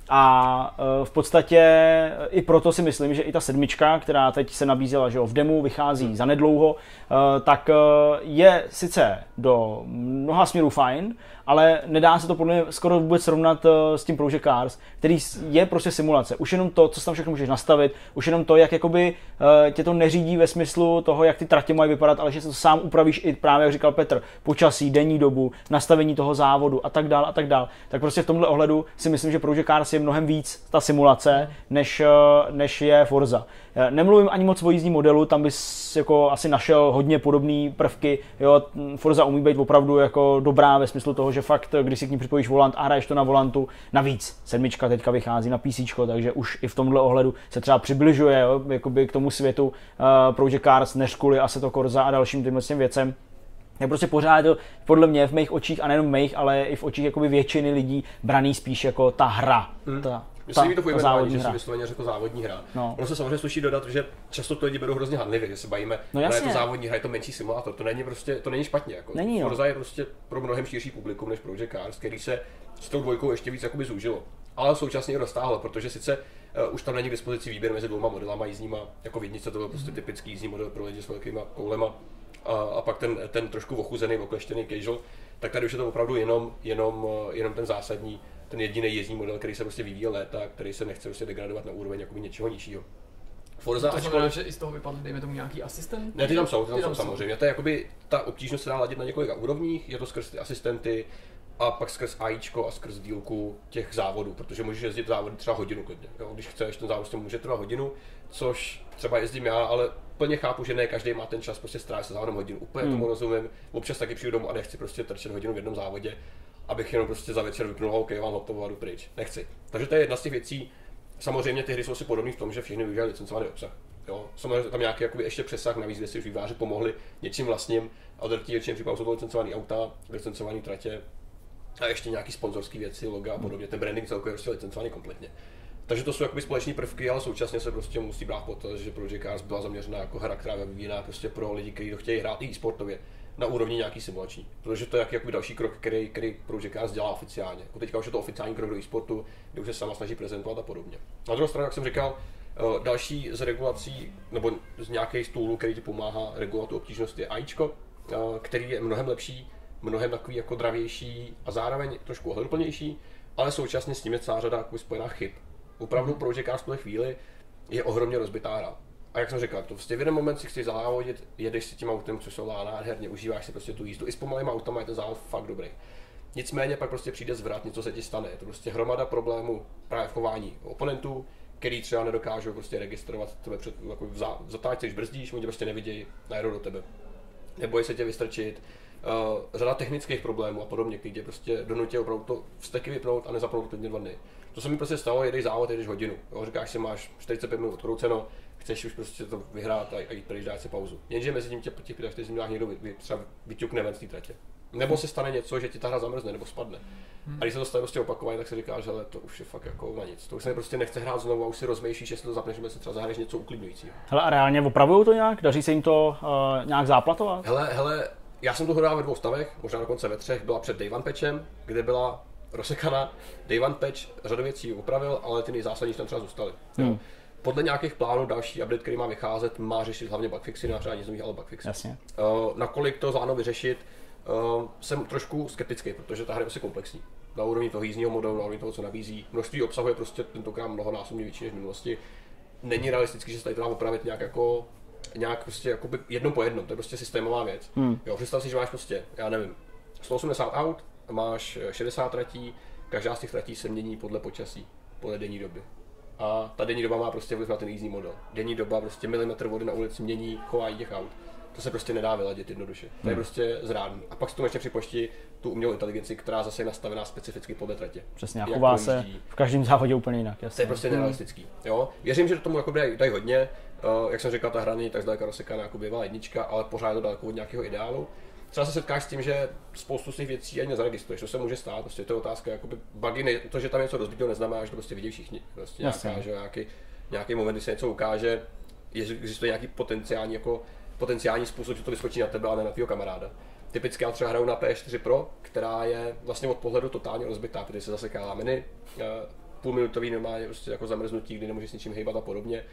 A v podstatě i proto si myslím, že i ta 7, která teď se nabízela, že jo, v demu vychází zanedlouho, tak je sice do mnoha směrů fajn, ale nedá se to podle mě skoro vůbec srovnat s tím Project Cars, který je prostě simulace. Už jenom to, co tam všechno můžeš nastavit, už jenom to, jak jakoby tě to neřídí ve smyslu toho, jak ty tratě mají vypadat, ale že se to sám upravíš i právě, jak říkal Petr, počasí, denní dobu, nastavení toho závodu a tak dál a tak dál. Tak prostě v tomhle ohledu si myslím, že Project Cars je mnohem víc ta simulace, než je Forza. Nemluvím ani moc o jízdním modelu, tam bys jako asi našel hodně podobné prvky. Jo, Forza umí být opravdu jako dobrá ve smyslu toho, že fakt, když si k ní připojíš volant a hraješ to na volantu, navíc 7 teďka vychází na PC, takže už i v tomhle ohledu se třeba přibližuje, jo, jakoby k tomu světu Project Cars, než kvůli Assetto Corsa a dalším těmhle věcem. Je prostě pořád to, podle mě v mých očích, a nejenom mých, ale i v očích jakoby většiny lidí braný spíš jako ta hra. Myslím, že to pojmenování, že si vysloveně řekl závodní hra. No. Ono se samozřejmě sluší dodat, že často to lidi berou hrozně hanlivě, že se bavíme, je to závodní hra, je to menší simulátor, to není špatně. Jako. Forza je prostě pro mnohem širší publikum než Project Cars, který se s tou dvojkou ještě víc jakoby zúžilo. Ale současně i roztáhlo, protože sice už tam není k dispozici výběr mezi dvěma modelama jízdníma, jako v jedničce to byl prostě typický jízdní model pro lidi s velkýma koulema a pak ten trošku ochuzený, okleštěný casual, tak tady už je to opravdu jenom ten zásadní, ten jediný jízdní model, který se prostě vyvíjel léta, který se nechce prostě degradovat na úroveň jakoby něčeho nižšího. Forza, to znamená, že i z toho vypadne, dejme tomu nějaký asistent? Ne, ty tam jsou samozřejmě. To je jakoby, ta obtížnost se dá ladit na několika úrovních, je to skrz ty asistenty a pak skrz AIčko a skrz dílku těch závodů, protože můžeš jezdit závody třeba hodinu klidně. Jo? Když chceš, ten závod může trvat hodinu, což třeba jezdím já, ale plně chápu, že ne každý má ten čas prostě strávit se závodem hodinu. Úplně tomu rozumím. Občas taky přijdu domů a nechci prostě trčet hodinu v jednom závodě, abych jenom prostě za večer vypnul, OK, mám hotovo a jdu pryč. Nechci. Takže to je jedna z těch věcí. Samozřejmě ty hry jsou si podobné v tom, že všichni využívají licencovaný obsah. Jo? Samozřejmě tam nějaký jakoby ještě přesah, navíc kde si už vývojáři pomohli něčím vlastním, ale drtivě většině případů jsou to licencované auta, licencované tratě a ještě nějaký sponzorské věci, loga a podobně. Ten branding celkově je prostě licencovaný kompletně. Takže to jsou jakoby společné prvky, ale současně se prostě musí brát potaz, že Project Cars byla zaměřená jako hra, která je vyvíjená prostě pro lidi, kteří to chtějí hrát i e-sportově na úrovni nějaký simulační. Protože to je jakoby další krok, který Project Cars dělá oficiálně. Jako teďka už je to oficiální krok do e-sportu, kde už se sama snaží prezentovat a podobně. Na druhou stranu, jak jsem říkal, další z regulací nebo z nějakých stůlů, který ti pomáhá regulovat tu obtížnost, je AIčko, který je mnohem lepší, mnohem takový jako dravější a zároveň trošku ohleduplnější, ale současně s tím je celá řada spojená chyb. Opravdu Project Cars v tuhle chvíli je ohromně rozbitá hra. A jak jsem říkal, to prostě v jeden moment si chceš závodit, jedeš si tím autem, což jsou nádherně, užíváš si prostě tu jízdu. I s pomalýma autama je ten závod fakt dobrý. Nicméně pak prostě přijde zvrat, něco se ti stane. Je to prostě hromada problémů právě v chování oponentů, který třeba nedokážou prostě registrovat tebe před jako zatáčce, když brzdíš, oni prostě nevidějí, najedou do tebe. Nebojí se tě vystrčit. Řada technických problémů a podobně, který tě prostě donutí opravdu to vzteky vypnout a nezapnout klidně 2 dny. To se mi prostě stalo, jedeš závod, jedeš hodinu. Jo, říkáš si, máš 45 minut odkrouceno, chceš už prostě to vyhrát a jít pryč, dát si pauzu. Jenže mezi tím tě po těch 45 minutách někdo třeba vyťukne ven z té tratě. Nebo se stane něco, že ti ta hra zamrzne nebo spadne. A když se to stane prostě opakovaně, tak si říkáš, že to už je fakt jako na nic. To už se prostě nechce hrát znovu a už si rozmýšlíš, jestli to zapneš, nebo si třeba zahraješ něco uklidňujícího. Hele, a reálně opravujou to nějak? Daří se jim to nějak záplatovat? Hele, já jsem to hrál ve 2 stavech, možná dokonce ve 3, byla před Day One patchem, kde byla rozsekaná. Day One patch řadu věcí upravil, ale ty nejzásadnější tam třeba zůstaly. Podle nějakých plánů další update, který má vycházet, má řešit hlavně bugfixy, ne třeba nic nových, ale bugfixy. Jasně. Nakolik to zvládnou vyřešit, jsem trošku skeptický, protože ta hra je prostě komplexní. Na úrovni toho jízdního modelu, na úrovni toho, co nabízí. Množství obsahu je prostě tentokrát mnohonásobně větší než v minulosti. Není realistický, že se tady to dá opravit nějak prostě jakoby jedno po jednom, to je prostě systémová věc. Jo, představ si, že máš prostě, já nevím, 180 aut, máš 60 tratí, každá z těch tratí se mění podle počasí, podle denní doby. A ta denní doba má prostě vliv na ten jízdní model. Denní doba prostě milimetr vody na ulici mění chování těch aut. to se prostě nedá vyladit jednoduše. To je prostě zrádný. A pak si tomu ještě připočti tu umělou inteligenci, která zase je nastavená specificky podle tratě. Přesně, a chová se v každém závodě úplně jinak. Jasně. To je prostě nerealistický. Jo? Věřím, že do tomu dají hodně. Jak jsem říkal, ta hra není tak zdaleka rozsekaná jako bývalá jednička, ale pořád je to daleko od nějakého ideálu. Třeba se setkáš s tím, že spoustu z těch věcí ani nezaregistruješ, to se může stát, prostě to je otázka, jakoby bugy, to, že tam něco rozbitého neznamená, že to prostě vidí všichni. Prostě nějaký moment, kdy se něco ukáže, existuje nějaký potenciální způsob, že to vyskočí na tebe, ale ne na tvýho kamaráda. Typicky já třeba hraju na PS4 Pro, která je vlastně od pohledu totálně rozbitá, protože se zaseká láminy, půlminutový normálně prostě jako zamrznutí, kdy nemůžeš s ničím hejbat a podobně.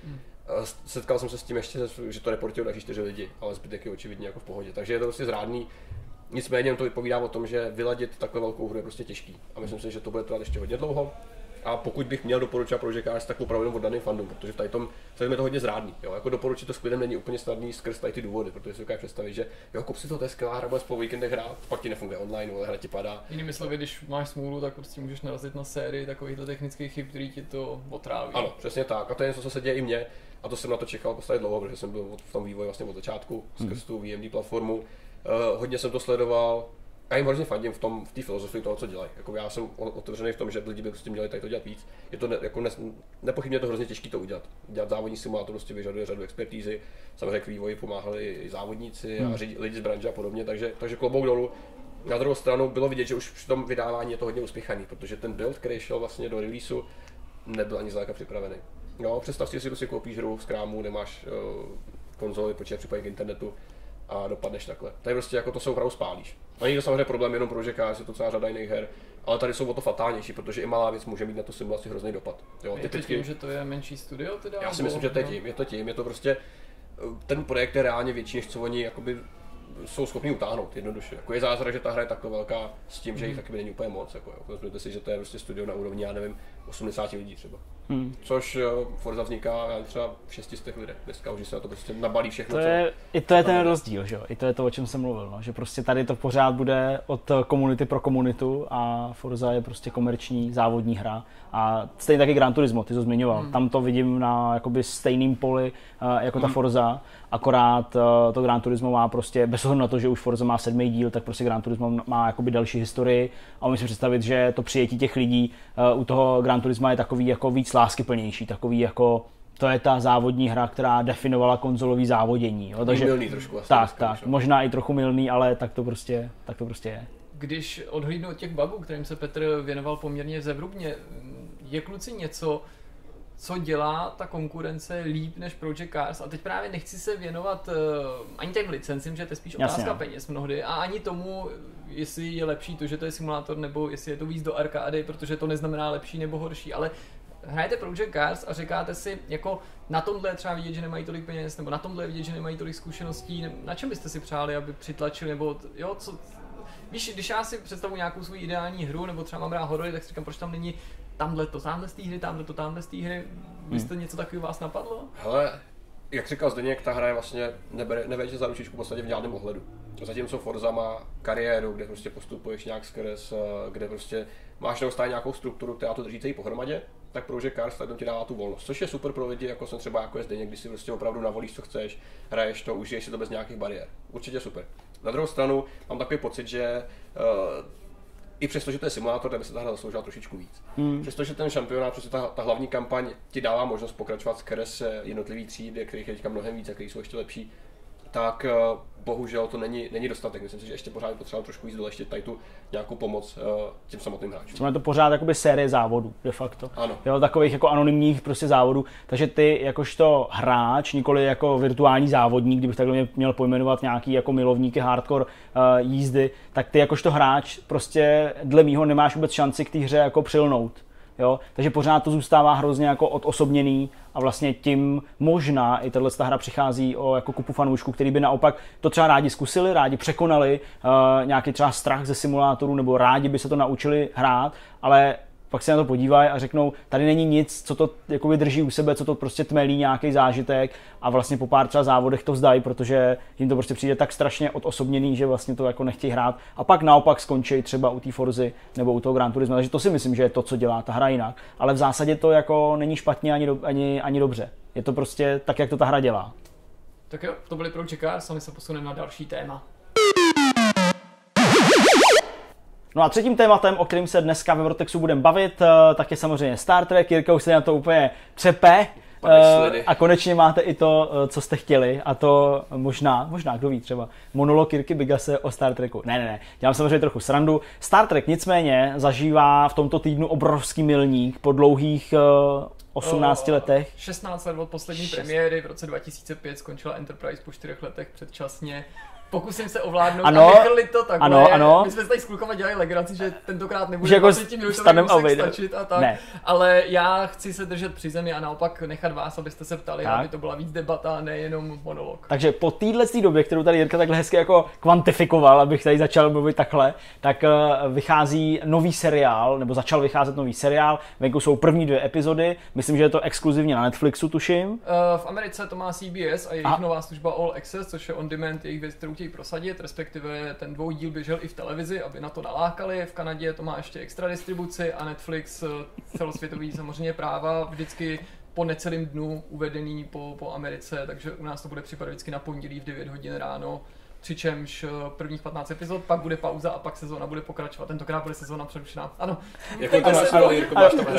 Setkal jsem se s tím ještě, že to reportují další 4 lidi, ale zbytek je očividně jako v pohodě. Takže je to prostě zrádný. Nicméně to vypovídá o tom, že vyladit takhle velkou hru je prostě těžký. A myslím si, že to bude trvat ještě hodně dlouho. A pokud bych měl doporučovat Project Cars, tak opravdu jenom od daným fandům, protože v tom je to hodně zrádný. Jo? Jako doporučit to s klidem není úplně snadný skrz tady ty důvody, protože si dokážu představit, že jo, kup si to, je skvělá hra, budeš po víkendech hrát, pak ti nefunguje online, ale hra ti padá. Jinými slovy, když máš smůlu, tak prostě můžeš narazit na sérii takovýchto technických chyb, který ti to otráví. Ano, přesně tak. A to je něco, co se děje i mně. A to jsem na to čekal postavit dlouho, protože jsem byl v tom vývoji vlastně od začátku, skrz tu VMD platformu. Hodně jsem to sledoval. Já jim hrozně fandím v té filozofii toho, co dělají. Jako já jsem otevřený v tom, že lidi by prostě měli tady to dělat víc. Je to nepochybně je to hrozně těžké to udělat. Dělat závodní simulátor prostě vyžaduje řadu expertízy. Samozřejmě k vývoji pomáhali i závodníci a lidi z branže a podobně, takže klobouk dolů. Na druhou stranu bylo vidět, že už při tom vydávání je to hodně uspěchaný, protože ten build, který šel vlastně do releaseu, nebyl ani zdaleka připravený. No, představ si, že si koupíš hru z krámu, nemáš konzoli, počítač připojený k internetu a dopadneš takhle. Tady prostě jako to se opravdu spálíš. A není to samozřejmě problém jenom pro Cars, je to celá řada jiných her, ale tady jsou o to fatálnější, protože i malá věc může mít na tu simulaci hrozný dopad. Jo, je to tím, že to je menší studio teda? Já si myslím, že to je to prostě, ten projekt je reálně větší, než co oni jakoby jsou schopni utáhnout jednoduše. Jako je zázrak, že ta hra je takhle velká s tím, že jich taky není úplně moc. Jako, vezměte si, že to je prostě studio na úrovni, já nevím, 80 lidí třeba. Což Forza vzniká třeba v 600 lidech. Dneska už se na to prostě nabalí všechno. To je ten rozdíl, že jo? I to je to, o čem jsem mluvil, no? Že prostě tady to pořád bude od komunity pro komunitu a Forza je prostě komerční závodní hra. A stejně taky Gran Turismo, ty to zmiňoval. Tam to vidím na jakoby stejným poli jako ta Forza, akorát to Gran Turismo má prostě, bez ohledu na to, že už Forza má 7. díl, tak prostě Gran Turismo má jakoby další historii a umím si představit, že to přijetí těch lidí u toho Gran Turisma je takový jako víc láskyplnější, takový jako to je ta závodní hra, která definovala konzolový závodění. Jo? Takže, milný trošku asi. Tak, možná i trochu milný, ale tak to prostě je. Když odhlídnu od těch bugů, kterým se Petr věnoval poměrně zevrubně, je kluci něco, co dělá ta konkurence líp než Project Cars? A teď právě nechci se věnovat ani těm licencím, že to je spíš otázka peněz mnohdy, a ani tomu, jestli je lepší to, že to je simulátor, nebo jestli je to víc do arkády, protože to neznamená lepší nebo horší, ale hrajete Project Cars a říkáte si, jako na tomhle je třeba vidět, že nemají tolik peněz, nebo na tomhle je vidět, že nemají tolik zkušeností, na čem byste si přáli, aby přitlačili, nebo jo, co... Víš, když já si představuji nějakou svou ideální hru, nebo třeba mám hrát horory, tak si říkám, proč tam není tamhle z té hry, tamhle z té hry. Byste něco takového vás napadlo? Hele, jak říkal Zdeněk, ta hra je vlastně nevede za ručičku v podstatě v žádném ohledu. Zatímco Forza má kariéru, kde prostě postupuješ nějak skrz, kde prostě máš neustále nějakou strukturu, která to drží celý pohromadě, tak Project Cars tak ti dává tu volnost, což je super pro lidi, jako jsem třeba jako je Zdeněk, když si prostě opravdu navolíš, co chceš, hraješ to, užiješ si to bez nějakých bariér. Určitě super. Na druhou stranu mám takový pocit, že i přesto, že to je simulátor, tak by se ta hra zasloužila trošičku víc. Přestože ten šampionát, přestože ta hlavní kampaň ti dává možnost pokračovat skrz jednotlivý třídy, kterých je teďka mnohem víc a který jsou ještě lepší, tak bohužel to není dostatek. Myslím si, že ještě pořád potřeba trošku víc doleštit tady tu nějakou pomoc těm samotným hráčům. Je to pořád jakoby série závodů, de facto. Ano. Jo, takových jako anonymních prostě závodů. Takže ty jakožto hráč, nikoli jako virtuální závodník, kdybych takhle měl pojmenovat nějaký jako milovníky hardcore jízdy, tak ty jakožto hráč prostě dle mýho nemáš vůbec šanci k té hře jako přilnout. Jo? Takže pořád to zůstává hrozně jako odosobněný a vlastně tím možná i tato hra přichází o jako kupu fanoušků, který by naopak to třeba rádi zkusili, rádi překonali nějaký třeba strach ze simulátoru nebo rádi by se to naučili hrát, ale pak se na to podívají a řeknou, tady není nic, co to jako drží u sebe, co to prostě tmelí nějaký zážitek a vlastně po pár třeba závodech to vzdají, protože jim to prostě přijde tak strašně odosobněný, že vlastně to jako nechtějí hrát a pak naopak skončí třeba u té Forzy nebo u toho Gran Turismo, takže to si myslím, že je to, co dělá ta hra jinak, ale v zásadě to jako není špatně ani dobře, je to prostě tak, jak to ta hra dělá. Tak jo, to byly Project Cars a my se posuneme na další téma. No a třetím tématem, o kterém se dneska ve Vortexu budeme bavit, tak je samozřejmě Star Trek. Jirka už se na to úplně třepe. A konečně máte i to, co jste chtěli, a to možná, kdo ví, třeba monolog Jirky Bigase o Star Treku. Ne, dělám samozřejmě trochu srandu. Star Trek nicméně zažívá v tomto týdnu obrovský milník po dlouhých 18 letech. 16 let od poslední premiéry, v roce 2005 skončila Enterprise po 4 letech předčasně. Pokusím se ovládnout a vychrlit to takhle. Ano. My jsme tady s klukama dělali legraci, že tentokrát nebude jako 20-minutový úsek stačit a tak. Ne. Ale já chci se držet při zemi a naopak nechat vás, abyste se ptali, tak. Aby to byla víc debata a nejenom monolog. Takže po této době, kterou tady Jirka takhle hezky jako kvantifikoval, abych tady začal mluvit takhle, tak vychází nový seriál, nebo začal vycházet nový seriál. Venku jsou první 2 epizody. Myslím, že je to exkluzivně na Netflixu, tuším. V Americe to má CBS a jejich nová služba All Access, což je on demand jejich věc, kterou chtějí prosadit, respektive ten 2 díl běžel i v televizi, aby na to nalákali. V Kanadě to má ještě extra distribuci a Netflix celosvětový samozřejmě práva vždycky po necelém dnu uvedený po Americe, takže u nás to bude připadat vždycky na pondělí v 9 hodin ráno. Přičemž prvních 15 epizod, pak bude pauza a pak sezóna bude pokračovat. Tentokrát bude sezóna přerušená. Ano. Jako to máš, Jirko, máš to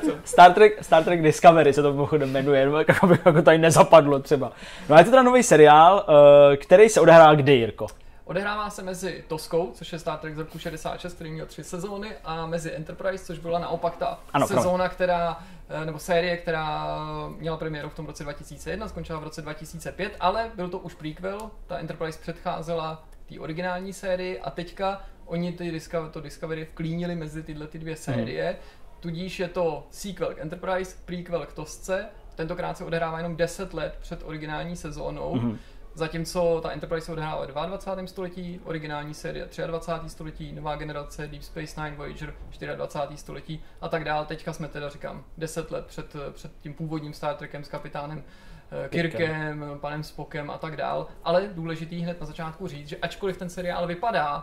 Star Trek Discovery se to mimochodem jmenuje, jako tady nezapadlo třeba. No a je to teda nový seriál, který se odehrává kdy, Jirko? Odehrává se mezi Toskou, což je Star Trek z roku 66, který měl 3 sezóny, a mezi Enterprise, což byla naopak ta sezóna, nebo série, která měla premiéru v tom roce 2001, skončila v roce 2005, ale byl to už prequel, ta Enterprise předcházela té originální sérii a teďka oni to Discovery vklínili mezi tyhle 2 série, tudíž je to sequel k Enterprise, prequel k Tosce, tentokrát se odehrává jenom 10 let před originální sezónou. Zatímco ta Enterprise se odehrává v 22. století, originální série 23. století, nová generace Deep Space Nine, Voyager 24. století a tak dál. Teďka jsme teda, říkám, 10 let před tím původním Star Trekem s kapitánem Kirkem, panem Spockem a tak dál. Ale důležitý hned na začátku říct, že ačkoliv ten seriál vypadá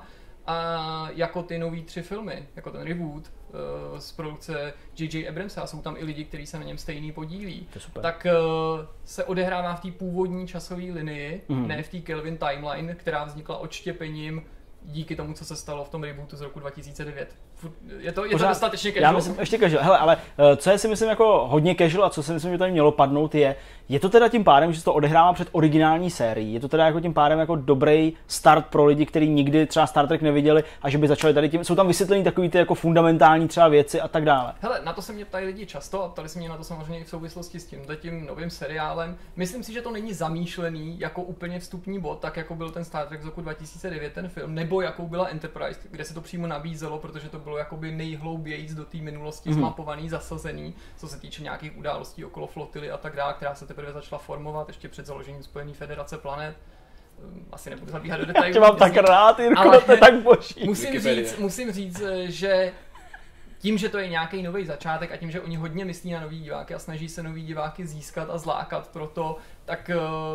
a jako ty nový 3 filmy, jako ten reboot z produkce J.J. Abramsa, a jsou tam i lidi, kteří se na něm stejný podílí, tak se odehrává v té původní časové linii, ne v té Kelvin timeline, která vznikla odštěpením díky tomu, co se stalo v tom rebootu z roku 2009. Je to dostatečně casual? Já myslím, ještě casual. Hele, ale co je si myslím jako hodně casual a co si myslím, že tady mělo padnout, je to teda tím pádem, že se to odehrává před originální sérií. Je to teda jako tím pádem jako dobrý start pro lidi, kteří nikdy třeba Star Trek neviděli a že by začali tady tím. Jsou tam vysvětlení takový ty jako fundamentální třeba věci a tak dále. Hele, na to se mě ptají lidi často a ptali se mě na to samozřejmě i v souvislosti s tím novým seriálem. Myslím si, že to není zamýšlený jako úplně vstupní bod, tak jako byl ten Star Trek z roku 2009 ten film, nebo jakou byla Enterprise, kde se to přímo nabízelo, protože to bylo jakoby nejhloubějíc do té minulosti zmapovaný, zasazený, co se týče nějakých událostí okolo flotily a tak dále, která se teprve začala formovat ještě před založením Spojené federace planet. Asi nebudu zabíhat do detailů. Já mám tak rád, Jirko, to je tak boží. Musím říct, že tím, že to je nějaký nový začátek a tím, že oni hodně myslí na nový diváky a snaží se nový diváky získat a zlákat proto, tak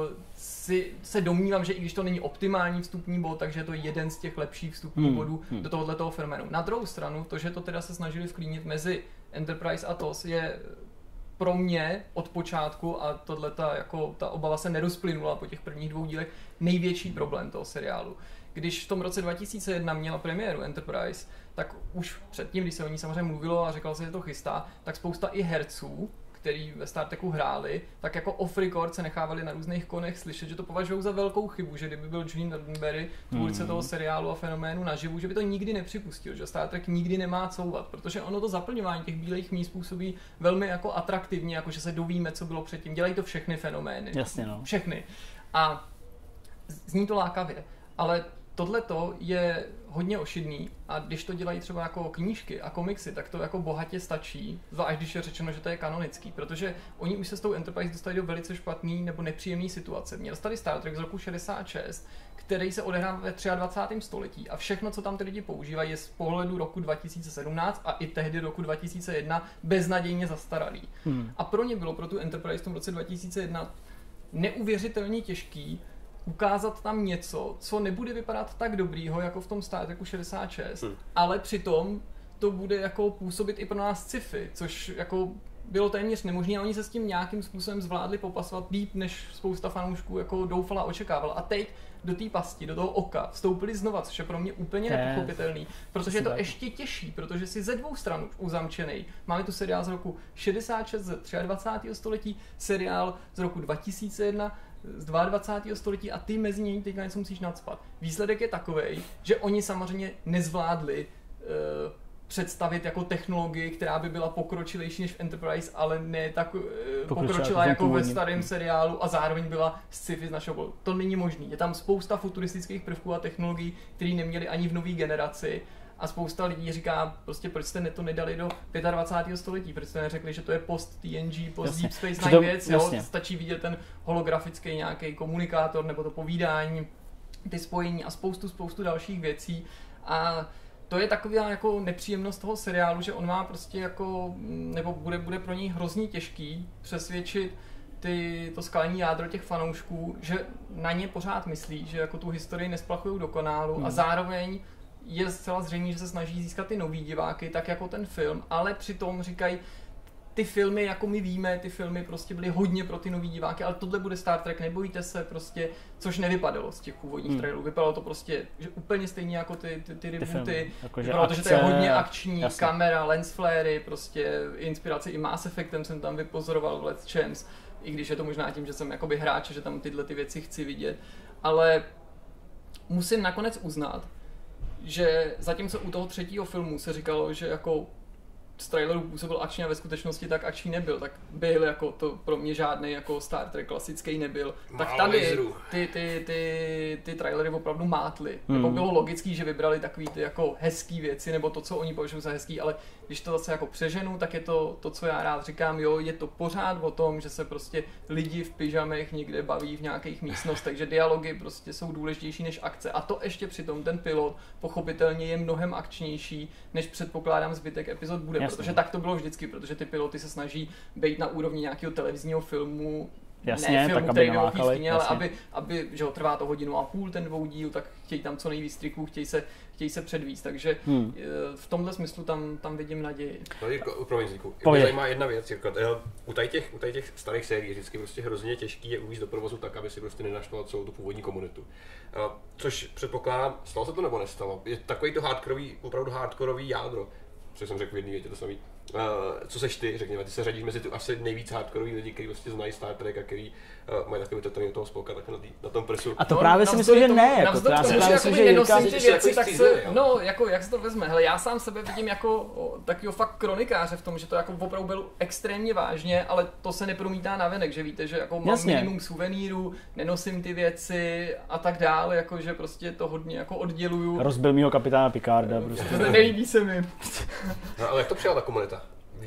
se domnívám, že i když to není optimální vstupní bod, takže je to jeden z těch lepších vstupních bodů do tohoto fenoménu. Na druhou stranu, to, že to teda se snažili vklínit mezi Enterprise a TOS, je pro mě od počátku, a ta obava se nerozplynula po těch prvních 2 dílech, největší problém toho seriálu. Když v tom roce 2001 měla premiéru Enterprise, tak už předtím, když se o ní samozřejmě mluvilo a říkalo se, že to chystá, tak spousta i herců, který ve Star Treku hráli, tak jako off record se nechávali na různých konech slyšet, že to považují za velkou chybu, že kdyby byl Gene Roddenberry, tvůrce toho seriálu a fenoménu naživu, že by to nikdy nepřipustil, že Star Trek nikdy nemá couvat, protože ono to zaplňování těch bílých míst působí velmi jako atraktivně, jako že se dovíme, co bylo předtím. Dělají to všechny fenomény. Jasně, no. Všechny. A zní to lákavě, ale tohleto je hodně ošidný a když to dělají třeba jako knížky a komiksy, tak to jako bohatě stačí, zvlášť když je řečeno, že to je kanonický, protože oni už se s tou Enterprise dostali do velice špatný nebo nepříjemný situace. Měl tady Star Trek z roku 66, který se odehrává ve 23. století a všechno, co tam ty lidi používají, je z pohledu roku 2017 a i tehdy roku 2001 beznadějně zastaralý. A pro ně bylo, pro tu Enterprise v tom roce 2001 neuvěřitelně těžký ukázat tam něco, co nebude vypadat tak dobrýho, jako v tom Star Treku 66, ale přitom to bude jako působit i pro nás sci-fi, což jako bylo téměř nemožné a oni se s tím nějakým způsobem zvládli popasovat líp, než spousta fanoušků jako doufala a očekávala. A teď do té pasti, do toho oka vstoupili znova, což je pro mě úplně nepochopitelný, protože je to ještě těžší, protože si ze dvou stran uzamčenej. Máme tu seriál z roku 66 z 23. století, seriál z roku 2001 z 22. století a ty mezi něj teďka něco musíš nacpat. Výsledek je takovej, že oni samozřejmě nezvládli představit jako technologii, která by byla pokročilejší než v Enterprise, ale ne tak pokročila jako ve starém seriálu a zároveň byla sci-fi z našeho pohledu. To není možný. Je tam spousta futuristických prvků a technologií, které neměli ani v nové generaci. A spousta lidí říká, prostě proč jste to nedali do 25. století, proč jste neřekli, že to je post TNG, post Deep Space Nine věc, jo? Stačí vidět ten holografický nějaký komunikátor nebo to povídání, ty spojení a spoustu dalších věcí. A to je taková jako nepříjemnost toho seriálu, že on má prostě jako, nebo bude pro něj hrozně těžký přesvědčit to skalní jádro těch fanoušků, že na ně pořád myslí, že jako tu historii nesplachují do kanálu a zároveň je zcela zřejmé, že se snaží získat ty nový diváky, tak jako ten film, ale přitom říkají, ty filmy, jako my víme, ty filmy prostě byly hodně pro ty nový diváky, ale tohle bude Star Trek, nebojte se prostě, což nevypadalo z těch původních trailerů. Vypadalo to prostě že úplně stejně jako ty rebooty, vypadalo to, že to je hodně akční, kamera, lens flary, prostě inspiraci i Mass Effectem jsem tam vypozoroval v Let's Chance, i když je to možná tím, že jsem jakoby hráč, že tam tyhle ty věci chci vidět, ale musím nakonec uznat, že zatímco u toho třetího filmu se říkalo, že jako z traileru působil akčně a ve skutečnosti tak akční nebyl, tak byl jako to pro mě žádný jako Star Trek klasický nebyl. Tak tady ty trailery opravdu mátly. Nebo bylo logický, že vybrali takový ty jako hezký věci, nebo to, co oni považují za hezký, ale když to zase jako přeženu, tak je to, co já rád říkám, jo, je to pořád o tom, že se prostě lidi v pyžamech někde baví v nějakých místnostech, takže dialogy prostě jsou důležitější než akce. A to ještě přitom ten pilot pochopitelně je mnohem akčnější, než předpokládám zbytek epizod bude. Protože tak to bylo vždycky, protože ty piloty se snaží být na úrovni nějakého televizního filmu, jasně, ne filmu, tak který vyhoví ale aby že ho trvá to 1,5 hodiny, ten dvoudíl, tak chtějí tam co nejvíc triků, chtějí se předvíst, takže v tomhle smyslu tam vidím naději. Promiň, Zíku, mě zajímá jedna věc, u těch starých sérií je vždycky prostě hrozně těžký je uvést do provozu tak, aby si prostě nenaštval celou tu původní komunitu. Což předpokládám, stalo se to nebo nestalo? Je takový to opravdu hardkorový jádro. Co jsem řekl v jedné větě, to samý. Co seš ty, řekněme, ty se řadíš mezi tu asi nejvíc hardkorový lidi, kteří vlastně znají Star Trek a kteří mají takový to toho Spocka na tom prsu. A to právě si myslím, že ne. Já si myslím, že nenosím ty věci, tak se, no, jako jak se to vezme. Hele, já sám sebe vidím jako takového fakt kronikáře v tom, že to jako opravdu byl extrémně vážně, ale to se nepromítá navenek, že víte, že jako mám minimum suvenýrů, nenosím ty věci a tak dále, jako že prostě to hodně jako odděluju. Rozbil mýho kapitána Picarda, prostě. Nelíbí se mi. No, ale jak to přijala ta komunita?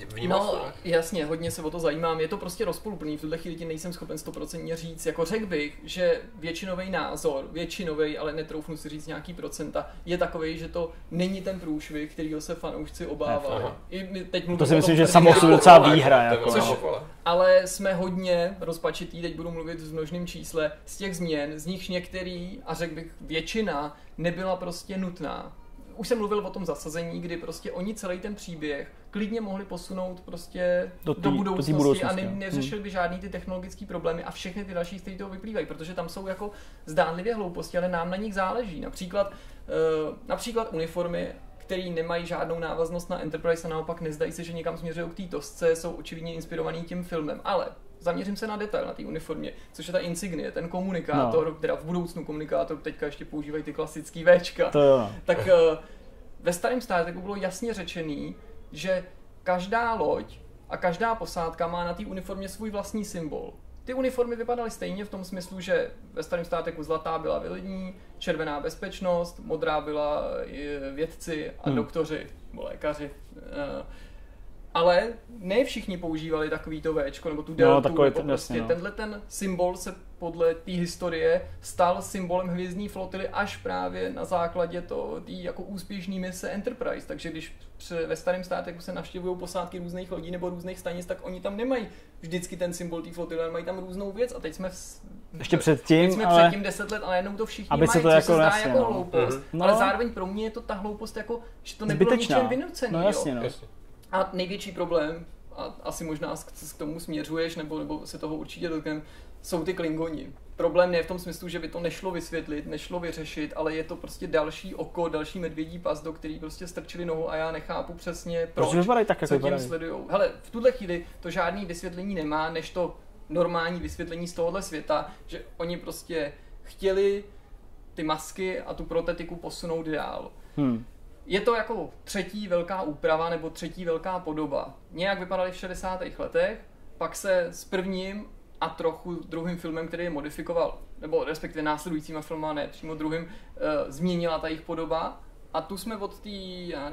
No, jasně, hodně se o to zajímám, je to prostě rozpoluplný, v tuhle chvíli ti nejsem schopen 100% říct, jako řekl bych, že většinový názor, ale netroufnu si říct nějaký procenta, je takovej, že to není ten průšvih, kterýho se fanoušci obávali. To si myslím, že samosud docela výhra. Jako. Ale jsme hodně rozpačitý, teď budu mluvit v množném čísle, z těch změn, z nich některý, a řekl bych většina, nebyla prostě nutná. Už jsem mluvil o tom zasazení, kdy prostě oni celý ten příběh klidně mohli posunout prostě do budoucnosti a neřešili by žádný ty technologické problémy a všechny ty další, které toho vyplývají, protože tam jsou jako zdánlivě hlouposti, ale nám na nich záleží. Například uniformy, které nemají žádnou návaznost na Enterprise a naopak nezdají se, že někam směřují k té tosce, jsou očividně inspirovaný tím filmem, ale zaměřím se na detail na té uniformě, což je ta insignie, ten komunikátor, která v budoucnu komunikátor, teďka ještě používají ty klasický Včka. Tak ve starém Star Treku bylo jasně řečený, že každá loď a každá posádka má na té uniformě svůj vlastní symbol. Ty uniformy vypadaly stejně v tom smyslu, že ve starém Star Treku zlatá byla velení, červená bezpečnost, modrá byla vědci a doktoři, nebo lékaři. Ale ne všichni používali takovýto Včko nebo tu deltu, nebo prostě tenhle ten symbol se podle té historie stal symbolem hvězdní flotily až právě na základě té jako úspěšné mise Enterprise. Takže když ve starém Star Treku se navštěvují posádky různých lodí nebo různých stanic, tak oni tam nemají vždycky ten symbol té flotily, ale mají tam různou věc a teď jsme ještě předtím 10 let, ale jenom to všichni aby mají, to co jako se zdá jako hloupost. Ale zároveň pro mě je to ta hloupost jako, že to nebylo ničem vynucený. No jasně, no. A největší problém a asi možná k tomu směřuješ, nebo se toho určitě dotkneme, jsou ty Klingoni. Problém je v tom smyslu, že by to nešlo vysvětlit, nešlo vyřešit, ale je to prostě další oko, další medvědí pas, do který prostě strčili nohu a já nechápu přesně proč, co tím sledujou. Hele, v tuhle chvíli to žádný vysvětlení nemá, než to normální vysvětlení z tohohle světa, že oni prostě chtěli ty masky a tu protetiku posunout dál. Je to jako třetí velká úprava nebo třetí velká podoba. Nějak vypadaly v 60. letech, pak se s prvním a trochu druhým filmem, který je modifikoval, nebo respektive následujícíma filmama, ne přímo druhým, změnila ta jejich podoba. A tu jsme od té, já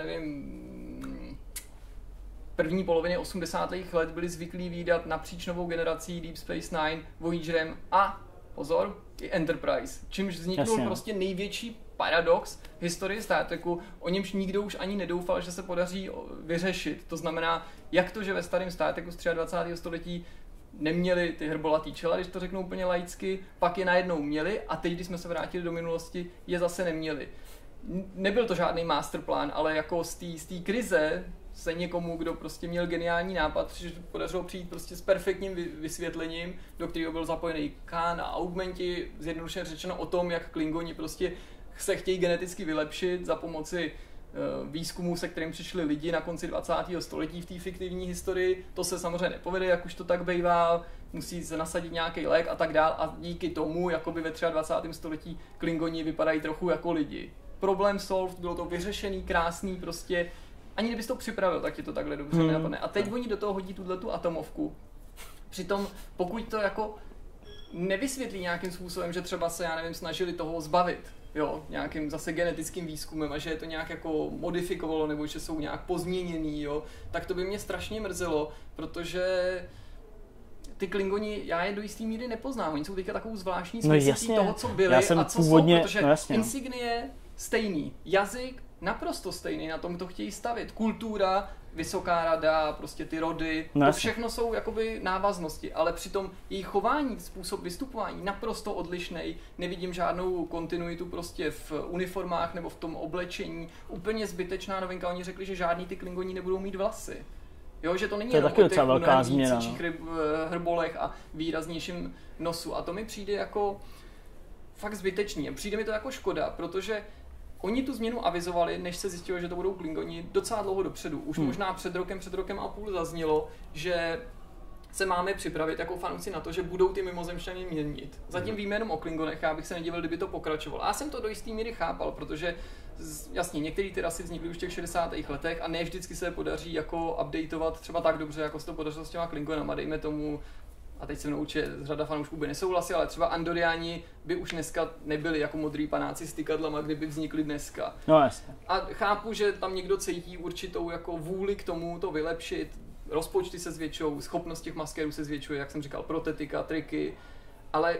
nevím, první poloviny 80. let byli zvyklí vídat napříč novou generací Deep Space Nine, Voyagerem a, pozor, i Enterprise. Čímž vzniknul prostě největší paradox v historii Star Treku, o němž nikdo už ani nedoufal, že se podaří vyřešit. To znamená, jak to, že ve starém Star Treku z 23. století neměli ty hrbolatý čela, když to řeknu úplně laicky, pak je najednou měli a teď, když jsme se vrátili do minulosti, je zase neměli. Nebyl to žádný masterplan, ale jako z té krize se někomu, kdo prostě měl geniální nápad, že podařilo přijít prostě s perfektním vysvětlením, do kterého byl zapojený Khan a augmenti, zjednodušeně řečeno o tom, jak Klingoni prostě se chtějí geneticky vylepšit za pomoci výzkumů, se kterým přišli lidi na konci 20. století v té fiktivní historii. To se samozřejmě nepovede, jak už to tak bývá, musí se nasadit nějaký lék a tak dál a díky tomu, jakoby ve 23. století Klingoni vypadají trochu jako lidi. Problém solved, bylo to vyřešený, krásný, prostě ani kdybys to připravil, tak ti to takhle dobře nenapadne. A teď oni do toho hodí tu atomovku. Přitom pokud to jako nevysvětlí nějakým způsobem, že třeba se, já nevím, snažili toho zbavit, jo, nějakým zase genetickým výzkumem a že je to nějak jako modifikovalo nebo že jsou nějak pozměněný, jo, tak to by mě strašně mrzelo, protože ty Klingoni, já je do jistý míry nepoznám, oni jsou teďka takovou zvláštní specificí toho, co byli a co původně, jsou, protože insignie stejný, jazyk naprosto stejný, na tom to chtějí stavit, kultura, vysoká rada, prostě ty rody, to všechno jsou jakoby návaznosti, ale přitom jejich chování, způsob vystupování naprosto odlišnej, nevidím žádnou kontinuitu prostě v uniformách nebo v tom oblečení, úplně zbytečná novinka, oni řekli, že žádný ty Klingoni nebudou mít vlasy. Jo, že to není jenom o těch mnohem vících hrbolech a výraznějším nosu a to mi přijde jako fakt zbytečný. Přijde mi to jako škoda, protože oni tu změnu avizovali, než se zjistilo, že to budou Klingoni docela dlouho dopředu. Už možná před rokem a půl zaznělo, že se máme připravit jako fanoušci na to, že budou ty mimozemšťany měnit. Zatím víme jenom o Klingonech, já bych se nedivil, kdyby to pokračovalo. Já jsem to do jistý míry chápal, protože jasně, některé ty rasy vznikly už v těch 60. letech a ne vždycky se podaří jako updateovat třeba tak dobře, jako se to podařilo s těma Klingonama, dejme tomu. A teď se mnou určitě řada fanoušků by nesouhlasí, ale třeba Andoriani by už dneska nebyli jako modrý panáci s tykadlama, kdyby vznikli dneska. No jasně. A chápu, že tam někdo cítí určitou jako vůli k tomu to vylepšit, rozpočty se zvětšují, schopnost těch maskérů se zvětšuje, jak jsem říkal, protetika, triky, ale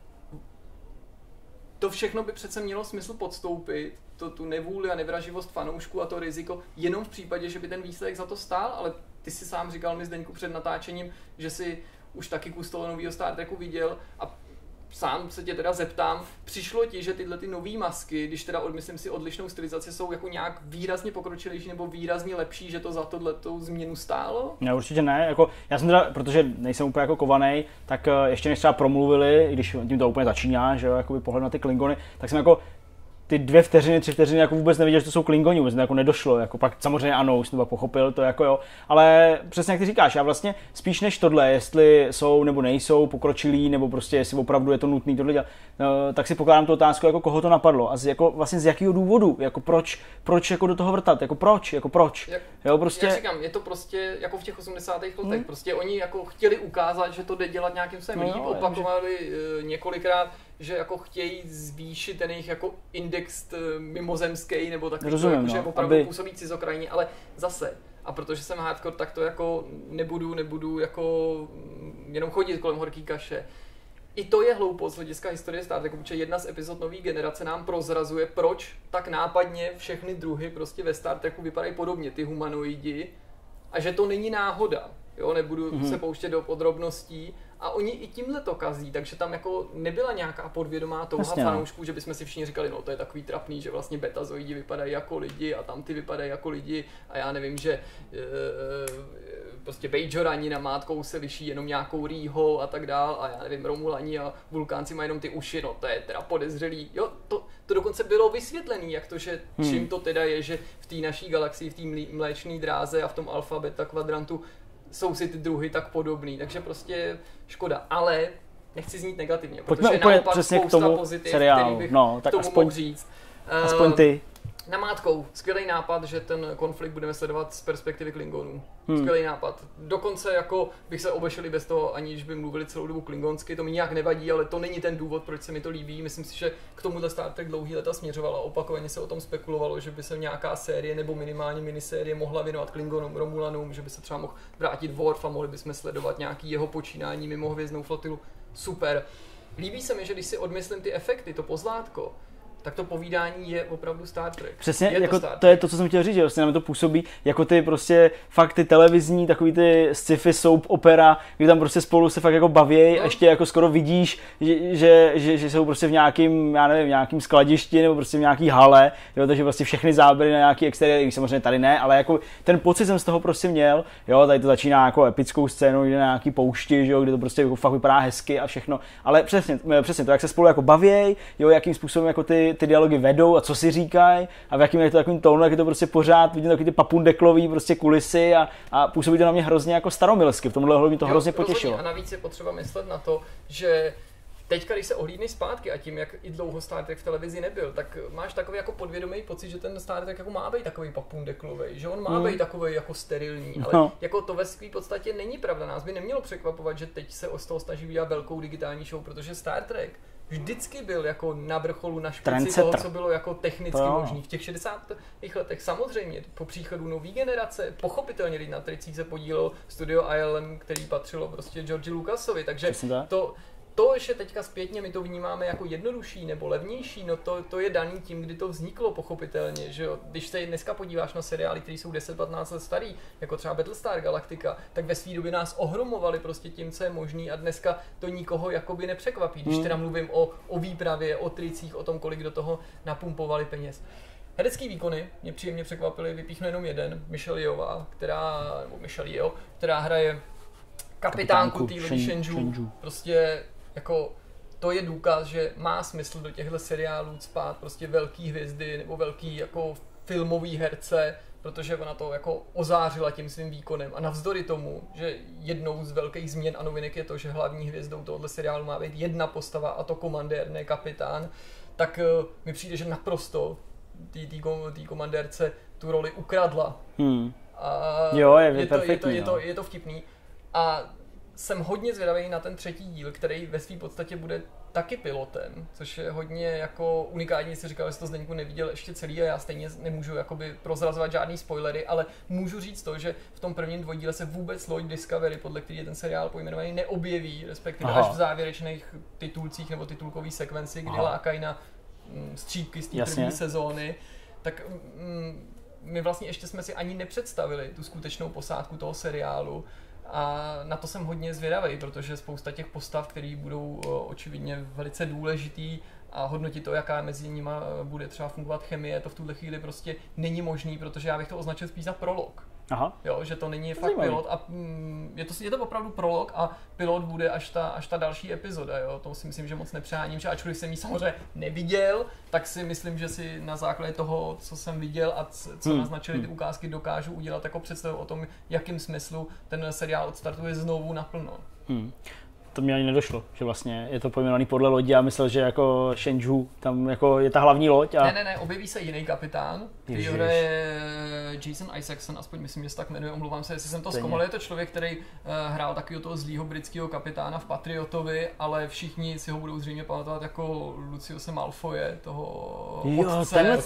to všechno by přece mělo smysl podstoupit, tu nevůli a nevraživost fanoušků a to riziko, jenom v případě, že by ten výsledek za to stál, ale ty si sám říkal mi, Zdeňku, před natáčením, že si už taky kus toho nového Star Treku viděl a sám se tě teda zeptám, přišlo ti, že tyhle ty nový masky, když teda odmyslím si odlišnou stylizaci, jsou jako nějak výrazně pokročilejší nebo výrazně lepší, že to za tohletou změnu stálo? Ne, určitě ne, jako já jsem teda, protože nejsem úplně jako kovanej, tak ještě než třeba promluvili, když tím to úplně začíná, že jo, jakoby pohled na ty Klingony, tak jsem jako ty 2 vteřiny, 3 vteřiny jako vůbec neviděl, že to jsou Klingoni, vůbec jako nedošlo, jako pak samozřejmě ano, už jsem to pochopil, to jako jo, ale přesně jak ty říkáš, já vlastně spíš než tohle, jestli jsou nebo nejsou pokročilí, nebo prostě jestli opravdu je to nutný tohle dělat, tak si pokládám tu otázku, jako koho to napadlo a jako vlastně z jakého důvodu, jako proč jako do toho vrtat, jako proč, jo, prostě. Já říkám, je to prostě jako v těch 80. letech, prostě oni jako chtěli ukázat, že to jde dělat nějakým způsobem líp, opakovali několikrát, že jako chtějí zvýšit ten jejich jako index mimozemský nebo takový, rozumím, že opravdu působí cizokrajně, ale zase, a protože jsem hardcore, tak to jako nebudu jako jenom chodit kolem horký kaše. I to je hloupost z hlediska historie Star Treku, protože jedna z epizod nový generace nám prozrazuje, proč tak nápadně všechny druhy prostě ve Star Treku vypadají podobně, ty humanoidi, a že to není náhoda. Jo, nebudu se pouštět do podrobností. A oni i tímhle to kazí, takže tam jako nebyla nějaká podvědomá touha fanoušků, že bychom si všichni říkali, no to je takový trapný, že vlastně betazoidi vypadají jako lidi a tam ty vypadají jako lidi a já nevím, že prostě Bajorani namátkou se liší jenom nějakou rýhou a tak dál a já nevím, Romulani a Vulkánci mají jenom ty uši, no to je teda podezřelý. Jo, to dokonce bylo vysvětlený, jak to, že čím to teda je, že v té naší galaxii, v té mléčné dráze a v tom alfa, beta kvadrantu jsou si ty druhy tak podobný, takže prostě škoda, ale nechci znít negativně, protože naopak spousta pozitiv, který bych tak tomu mohl říct. Aspoň ty. Namátkou, skvělý nápad, že ten konflikt budeme sledovat z perspektivy Klingonů. Skvělý nápad. Dokonce jako bych se obešel i bez toho, aniž by mluvili celou dobu klingonsky, to mi nějak nevadí, ale to není ten důvod, proč se mi to líbí. Myslím si, že k tomuhle Star Trek dlouhý leta směřovala. Opakovaně se o tom spekulovalo, že by se nějaká série nebo minimálně minisérie mohla věnovat Klingonům, Romulanům, že by se třeba mohl vrátit Worf a mohli bychom sledovat nějaký jeho počínání mimo hvězdnou flotilu. Super. Líbí se mi, že když si odmyslím ty efekty, to pozlátko, tak to povídání je opravdu Star Trek. Přesně, jako to je to, co jsem chtěl říct, že vlastně nám to působí jako ty prostě fakt ty televizní, takový ty sci-fi soap opera, kdy tam prostě spolu se fakt jako baví a ještě jako skoro vidíš, že jsou prostě v nějakým, já nevím, nějakým skladišti nebo prostě v nějaký hale, jo, takže prostě všechny záběry na nějaký exteriér, samozřejmě tady ne, ale jako ten pocit jsem z toho prostě měl, jo, tady to začíná jako epickou scénou, jde na nějaký poušti, jo, kde to prostě jako fakt vypadá hezky a všechno, ale přesně to, jak se spolu jako baví, jo, jakým způsobem jako ty dialogy vedou a co si říkají a v jakým je to takovým tónu, jak je to prostě pořád, vidím takový ty papundeklový prostě kulisy a působí to na mě hrozně jako staromilsky, v tomhle hledě mě to hrozně potěšilo. A navíc je potřeba myslet na to, že teďka, když se ohlídneš zpátky a tím, jak i dlouho Star Trek v televizi nebyl, tak máš takový jako podvědomý pocit, že ten Star Trek jako má být takový papundeklovej, že on má být takový jako sterilní, ale jako to ve své podstatě není pravda. Nás by nemělo překvapovat, že teď se z toho snaží udělat velkou digitální show, protože Star Trek vždycky byl jako na vrcholu, na špici toho, co bylo jako technicky možný. V těch 60. letech samozřejmě po příchodu nový generace, pochopitelně na tricích se podílelo studio ILM, který patřilo prostě Georgi Lucasovi, takže to, že teďka zpětně my to vnímáme jako jednodušší nebo levnější, no to je daný tím, kdy to vzniklo pochopitelně, že jo. Když se dneska podíváš na seriály, které jsou 10-15 let starý, jako třeba Battlestar Galactica, tak ve své době nás ohromovali prostě tím, co je možný a dneska to nikoho jakoby nepřekvapí, když teda mluvím o výpravě, o tricích, o tom, kolik do toho napumpovali peněz. Herecký výkony mě příjemně překvapily, vypíchnu jenom jeden, Michelle Yeohová, která hraje kapitánku té lodi Shenzhou. Prostě jako to je důkaz, že má smysl do těchto seriálů cpát prostě velký hvězdy nebo velký jako filmový herce, protože ona to jako ozářila tím svým výkonem. A navzdory tomu, že jednou z velkých změn a novinek je to, že hlavní hvězdou tohoto seriálu má být jedna postava, a to komandér, ne kapitán, tak mi přijde, že naprosto té komandérce tu roli ukradla. A jo, je to vtipný. A jsem hodně zvědavý na ten třetí díl, který ve své podstatě bude taky pilotem, což je hodně jako unikátní, si říkal, že jsi to Zdeňku neviděl ještě celý a já stejně nemůžu jakoby prozrazovat žádný spoilery, ale můžu říct to, že v tom prvním dvojdíle se vůbec loď Discovery, podle který je ten seriál pojmenovaný, neobjeví, respektive až v závěrečných titulcích nebo titulkový sekvenci, kdy lákají na střípky z té první sezóny, tak my vlastně ještě jsme si ani nepředstavili tu skutečnou posádku toho seriálu. A na to jsem hodně zvědavý, protože spousta těch postav, které budou očividně velice důležitý a hodnotit to, jaká mezi nimi bude třeba fungovat chemie, to v tuhle chvíli prostě není možný, protože já bych to označil spíš za prolog. Aha. Jo, že to není fakt pilot a je to opravdu prolog a pilot bude až ta další epizoda, jo. To si myslím, že moc nepřáním, že ačkoliv jsem ji samozřejmě neviděl, tak si myslím, že si na základě toho, co jsem viděl a co naznačily ty ukázky, dokážu udělat jako představu o tom, jakým smyslu ten seriál odstartuje znovu naplno. To mě ani nedošlo, že vlastně je to pojmenovaný podle lodi a myslel, že jako Shenzhou tam jako je ta hlavní loď. A... Ne, objeví se jiný kapitán, který je Jason Isaacson, aspoň myslím, že se tak jmenuje, omlouvám se, jestli jsem to zkomal, je to člověk, který hrál takového toho zlýho britského kapitána v Patriotovi, ale všichni si ho budou zřejmě pamatovat jako Luciuse Malfoye, toho otce.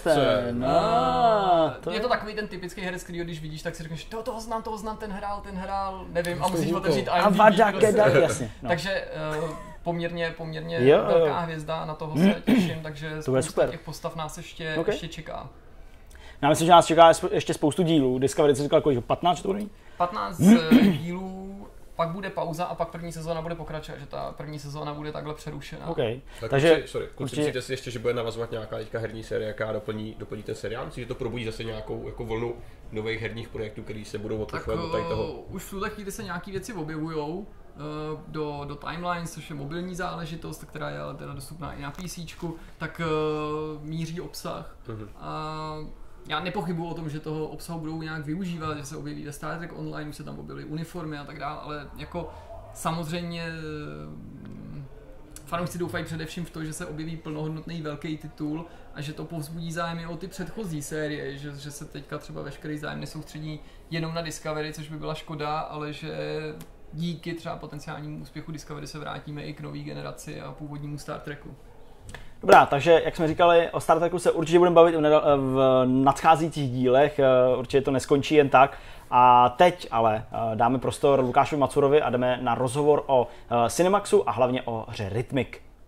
Je to takový ten typický herec, který když vidíš, tak si řekneš, toho znám, ten hrál, nevím, a musíš otevřít IMDb. Takže poměrně velká hvězda, na toho se těším, takže spousta těch postav nás ještě čeká. Já myslím, že nás čeká ještě spoustu dílů. Discovery si říkal, kolik, 15 to bude? 15 dílů pak bude pauza a pak první sezóna bude pokračovat, že ta první sezóna bude takhle přerušená. Okay. Takže myslíte si ještě, že bude navazovat nějaká teďka herní série, jaká doplní ten seriál? Myslíte, že to probudí zase nějakou jako vlnu nových herních projektů, které se budou odlišovat od tady toho? Už v tuhle chvíli se nějaký věci objevujou do Timelines, což je mobilní záležitost, která je ale teda dostupná i na PCčku, tak míří obsah. A já nepochybuji o tom, že toho obsahu budou nějak využívat, že se objeví ve Star Trek Online, už se tam objevily uniformy a tak dále, ale jako samozřejmě fanoušci doufají především v to, že se objeví plnohodnotný velký titul a že to povzbudí zájem i o ty předchozí série, že se teďka třeba veškerý zájem nesoustředí jenom na Discovery, což by byla škoda, ale že díky třeba potenciálnímu úspěchu Discovery se vrátíme i k nový generaci a původnímu Star Treku. Dobrá, takže jak jsme říkali, o Star Treku se určitě budeme bavit v nadcházejících dílech, určitě to neskončí jen tak. A teď ale dáme prostor Lukášovi Macurovi a jdeme na rozhovor o Cinemaxu a hlavně o hře Rhythmic.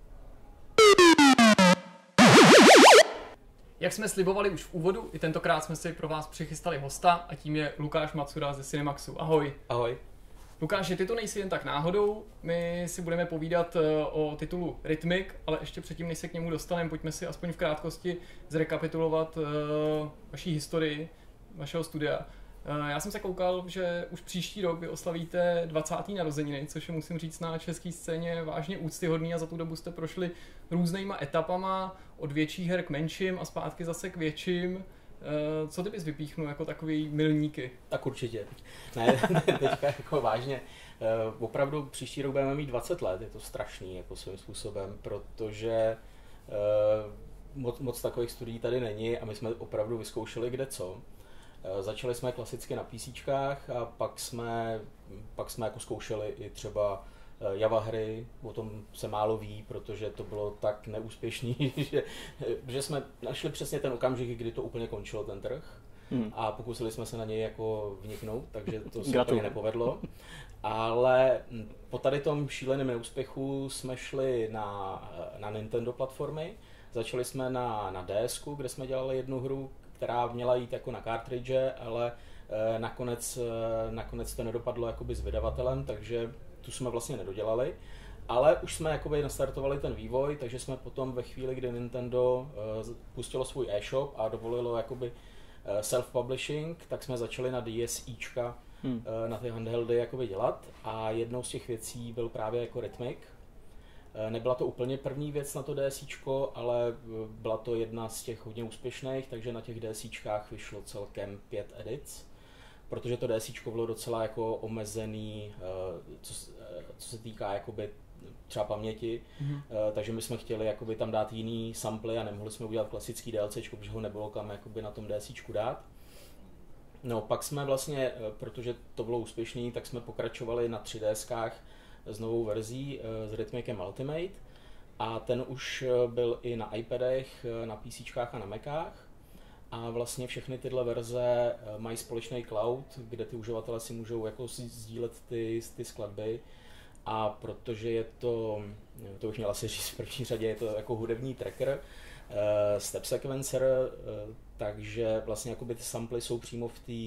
Jak jsme slibovali už v úvodu, i tentokrát jsme si pro vás přichystali hosta a tím je Lukáš Macura ze Cinemaxu. Ahoj. Ahoj. Lukáši, ty to nejsi jen tak náhodou, my si budeme povídat o titulu Rhythmic, ale ještě předtím, než se k němu dostaneme, pojďme si aspoň v krátkosti zrekapitulovat vaší historii, vašeho studia. Já jsem se koukal, že už příští rok vy oslavíte 20. narozeniny, což je, musím říct, na české scéně vážně úctyhodný a za tu dobu jste prošli různýma etapama, od větších her k menším a zpátky zase k větším. Co ty bys vypíchnul jako takový milníky? Tak určitě. Ne, teďka jako vážně. Opravdu příští rok budeme mít 20 let, je to strašný jako svým způsobem, protože moc takových studií tady není a my jsme opravdu vyzkoušeli kde co. Začali jsme klasicky na PCčkách a pak jsme jako zkoušeli i třeba Java hry, o tom se málo ví, protože to bylo tak neúspěšný, že jsme našli přesně ten okamžik, kdy to úplně končilo ten trh a pokusili jsme se na něj jako vniknout, takže to se úplně nepovedlo. Ale po tady tom šíleném neúspěchu jsme šli na Nintendo platformy, začali jsme na DSku, kde jsme dělali jednu hru, která měla jít jako na cartridge, ale nakonec to nedopadlo jakoby s vydavatelem, takže tu jsme vlastně nedodělali, ale už jsme jakoby nastartovali ten vývoj, takže jsme potom ve chvíli, kdy Nintendo pustilo svůj e-shop a dovolilo jakoby self-publishing, tak jsme začali na DSička na ty handheldy jakoby dělat a jednou z těch věcí byl právě jako Rhythmic. Nebyla to úplně první věc na to DSičko, ale byla to jedna z těch hodně úspěšných, takže na těch DSičkách vyšlo celkem 5 edic. Protože to DSičko bylo docela jako omezený, co se týká jakoby třeba paměti, takže my jsme chtěli jakoby tam dát jiný samply a nemohli jsme udělat klasický DLCčko, protože ho nebylo kam jakoby na tom DSičku dát. No pak jsme vlastně, protože to bylo úspěšný, tak jsme pokračovali na 3DSkách s novou verzí s Rhythmicem Ultimate a ten už byl i na iPadech, na PCčkách a na Macách. A vlastně všechny tyhle verze mají společný cloud, kde ty uživatelé si můžou jako sdílet ty skladby. A protože je to už měl asi říct v první řadě, je to jako hudební tracker, step sequencer, takže vlastně jakoby ty samply jsou přímo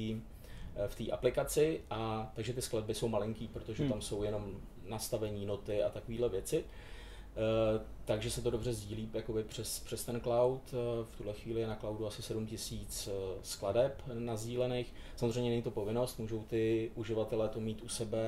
v té aplikaci a takže ty skladby jsou malinký, protože tam jsou jenom nastavení, noty a takovéhle věci. Takže se to dobře sdílí jakoby přes ten cloud. V tuhle chvíli je na cloudu asi 7000 skladeb nasdílených. Samozřejmě není to povinnost, můžou ty uživatelé to mít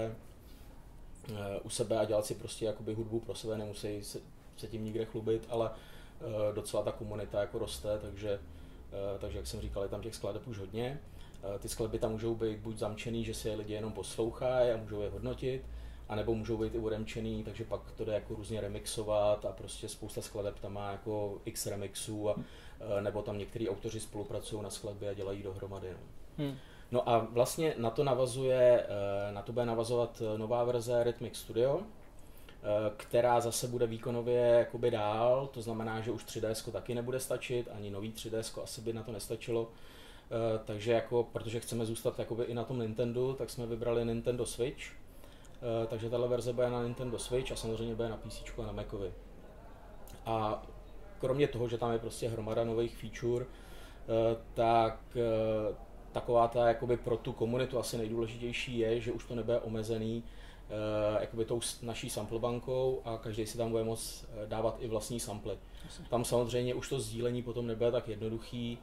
u sebe a dělat si prostě jakoby hudbu pro sebe, nemusí se tím nikde chlubit, ale docela ta komunita jako roste, takže jak jsem říkal, je tam těch skladeb už hodně. Ty skladby tam můžou být buď zamčený, že si je lidi jenom poslouchají a můžou je hodnotit, anebo můžou být i odemčený, takže pak to jde jako různě remixovat a prostě spousta skladeb tam má jako x remixů a nebo tam některý autoři spolupracují na skladbě a dělají dohromady. No a vlastně na to bude navazovat nová verze Rhythmic Studio, která zase bude výkonově jakoby dál, to znamená, že už 3DS taky nebude stačit, ani nový 3DS asi by na to nestačilo. Takže jako, protože chceme zůstat jakoby i na tom Nintendo, tak jsme vybrali Nintendo Switch. Takže tahle verze bude na Nintendo Switch a samozřejmě bude na PC a na Macovi. A kromě toho, že tam je prostě hromada nových feature, tak taková ta jakoby pro tu komunitu asi nejdůležitější je, že už to nebude omezený jakoby tou naší sample bankou a každý si tam bude moct dávat i vlastní samply. Tam samozřejmě už to sdílení potom nebude tak jednoduchý,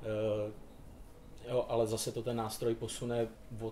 jo, ale zase to ten nástroj posune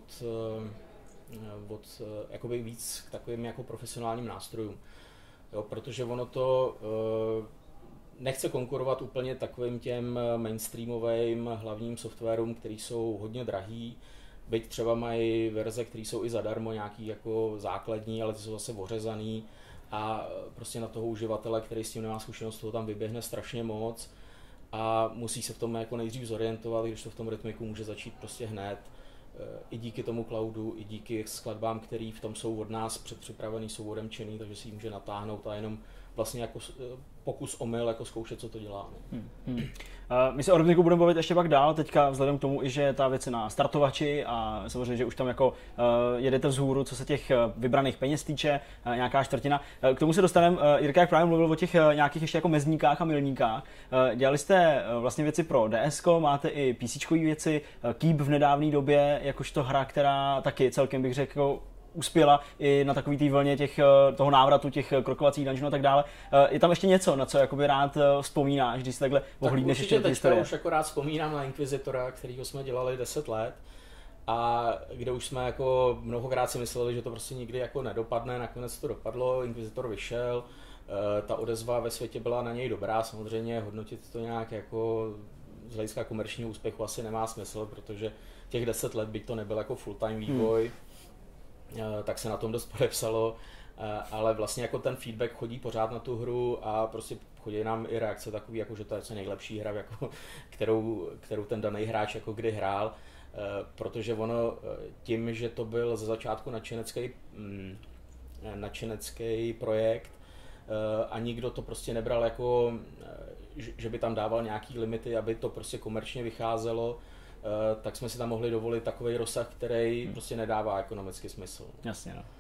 od jakoby víc k takovým jako profesionálním nástrojům. Jo, protože ono to nechce konkurovat úplně takovým těm mainstreamovým hlavním softwarům, který jsou hodně drahý, byť třeba mají verze, které jsou i zadarmo, nějaký jako základní, ale ty jsou zase ořezaný a prostě na toho uživatele, který s tím nemá zkušenost, toho tam vyběhne strašně moc a musí se v tom jako nejdřív zorientovat, když to v tom Rytmiku může začít prostě hned. I díky tomu cloudu, i díky skladbám, které v tom jsou od nás předpřipravený, jsou odemčený, takže si ji může natáhnout a jenom vlastně jako pokus omyl, jako zkoušet, co to dělá. My se o Rytmiku budeme bavit ještě pak dál, teďka vzhledem k tomu, i že ta věc je na startovači a samozřejmě, že už tam jako jedete vzhůru, co se těch vybraných peněz týče, nějaká čtvrtina. K tomu se dostaneme, Jirka jak právě mluvil o těch nějakých ještě jako mezníkách a milníkách. Dělali jste vlastně věci pro DSko, máte i PCčkové věci, Keep v nedávné době, jakožto hra, která taky celkem bych řekl, uspěla i na takový té vlně toho návratu, těch krokovacích dungeonů a tak dále. Je tam ještě něco, na co jakoby rád vzpomínáš, když si takhle ohlídneš ještě ty historie? Už jako rád vzpomínám na Inquisitora, kterýho jsme dělali 10 let a kde už jsme jako mnohokrát si mysleli, že to prostě nikdy jako nedopadne, nakonec to dopadlo, Inquisitor vyšel, ta odezva ve světě byla na něj dobrá, samozřejmě hodnotit to nějak jako z hlediska komerčního úspěchu asi nemá smysl, protože těch 10 let, byť to nebyl jako full-time vývoj, tak se na tom dost podepsalo, ale vlastně jako ten feedback chodí pořád na tu hru a prostě chodí nám i reakce takový, jako že to je co nejlepší hra, jako, kterou ten daný hráč jako kdy hrál, protože ono tím, že to byl ze začátku nadšenecký projekt a nikdo to prostě nebral jako, že by tam dával nějaký limity, aby to prostě komerčně vycházelo, tak jsme si tam mohli dovolit takový rozsah, který prostě nedává ekonomický smysl. Jasně, no.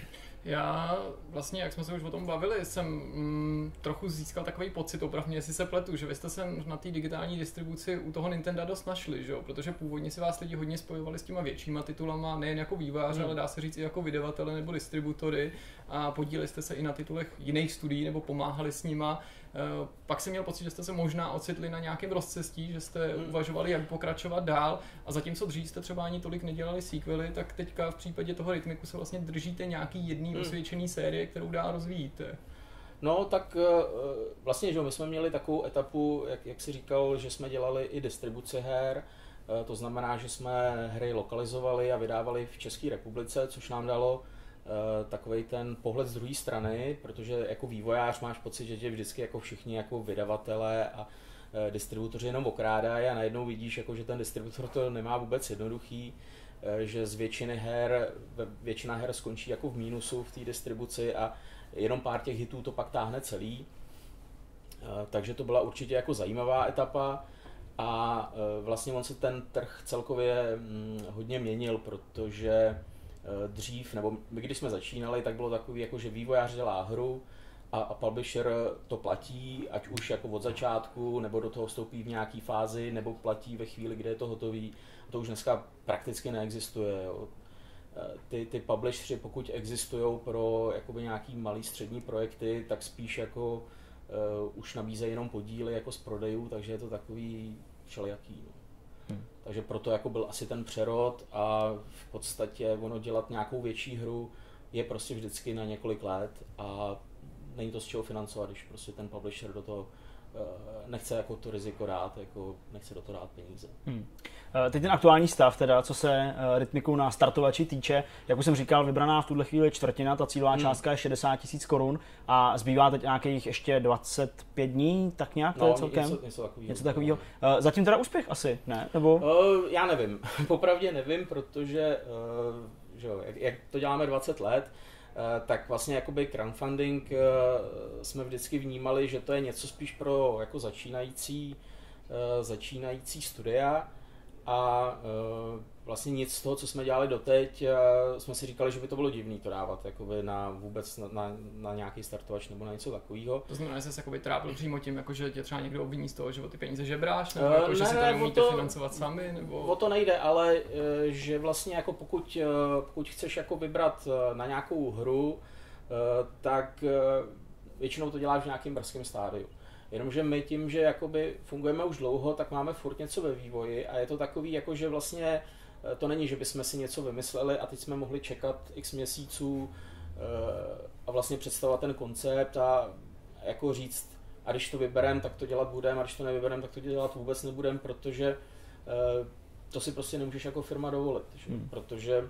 Já vlastně, jak jsme se už o tom bavili, jsem trochu získal takový pocit, opravdu, jestli se pletu, že vy jste se na té digitální distribuci u toho Nintendo dost našli, že jo? Protože původně si vás lidi hodně spojovali s těma většíma titulama, nejen jako vývojáře, ale dá se říct i jako vydavatele nebo distributory a podíleli jste se i na titulech jiných studií nebo pomáhali s nima. Pak jsem měl pocit, že jste se možná ocitli na nějakém rozcestí, že jste uvažovali, jak pokračovat dál a zatímco dřív jste třeba ani tolik nedělali sequely, tak teďka v případě toho Rytmiku se vlastně držíte nějaký jedný osvědčený série, kterou dál rozvíjíte. No tak vlastně, že my jsme měli takovou etapu, jak si říkal, že jsme dělali i distribuci her, to znamená, že jsme hry lokalizovali a vydávali v České republice, což nám dalo takovej ten pohled z druhé strany, protože jako vývojář máš pocit, že tě vždycky jako všichni jako vydavatelé a distributoři jenom okrádají a najednou vidíš, jako, že ten distributor to nemá vůbec jednoduchý, že z většina her skončí jako v mínusu v té distribuci a jenom pár těch hitů to pak táhne celý. Takže to byla určitě jako zajímavá etapa a vlastně on se ten trh celkově hodně měnil, protože dřív, nebo my když jsme začínali, tak bylo takový, jako, že vývojář dělá hru a publisher to platí, ať už jako od začátku, nebo do toho vstoupí v nějaký fázi, nebo platí ve chvíli, kdy je to hotový. To už dneska prakticky neexistuje. Jo. Ty publishři, pokud existují pro jakoby nějaký malý střední projekty, tak spíš jako už nabízejí jenom podíly jako z prodejů, takže je to takový všelijaký. No. Takže proto jako byl asi ten přerod a v podstatě ono dělat nějakou větší hru je prostě vždycky na několik let a není to z čeho financovat, když prostě ten publisher do toho nechce jako to riziko dát, jako nechce do toho dát peníze. Teď ten aktuální stav, teda, co se Rytmiku na startovači týče, jak už jsem říkal, vybraná v tuhle chvíli čtvrtina, ta cílová částka je 60 000 korun a zbývá teď nějakých ještě 25 dní, tak nějak to je celkem? Něco takového. Zatím teda úspěch asi, ne? Nebo? Já nevím, popravdě nevím, protože že jak to děláme 20 let, tak vlastně jakoby crowdfunding jsme vždycky vnímali, že to je něco spíš pro jako začínající studia a vlastně nic z toho, co jsme dělali doteď, jsme si říkali, že by to bylo divný to dávat jakoby vůbec na nějaký startovač nebo na něco takového. To znamená, že jsi se trápil přímo tím, jako, že tě třeba někdo obviní z toho, že o ty peníze žebráš, nebo jako, že si to nemůžete financovat sami? Nebo... O to nejde, ale že vlastně jako pokud chceš jako vybrat na nějakou hru, tak většinou to děláš v nějakém brzkém stádiu. Jenomže my tím, že jakoby fungujeme už dlouho, tak máme furt něco ve vývoji a je to takový, jako že vlastně to není, že bychom si něco vymysleli a teď jsme mohli čekat x měsíců a vlastně představovat ten koncept a jako říct, a když to vyberem, tak to dělat budeme, a když to nevyberem, tak to dělat vůbec nebudem, protože to si prostě nemůžeš jako firma dovolit, protože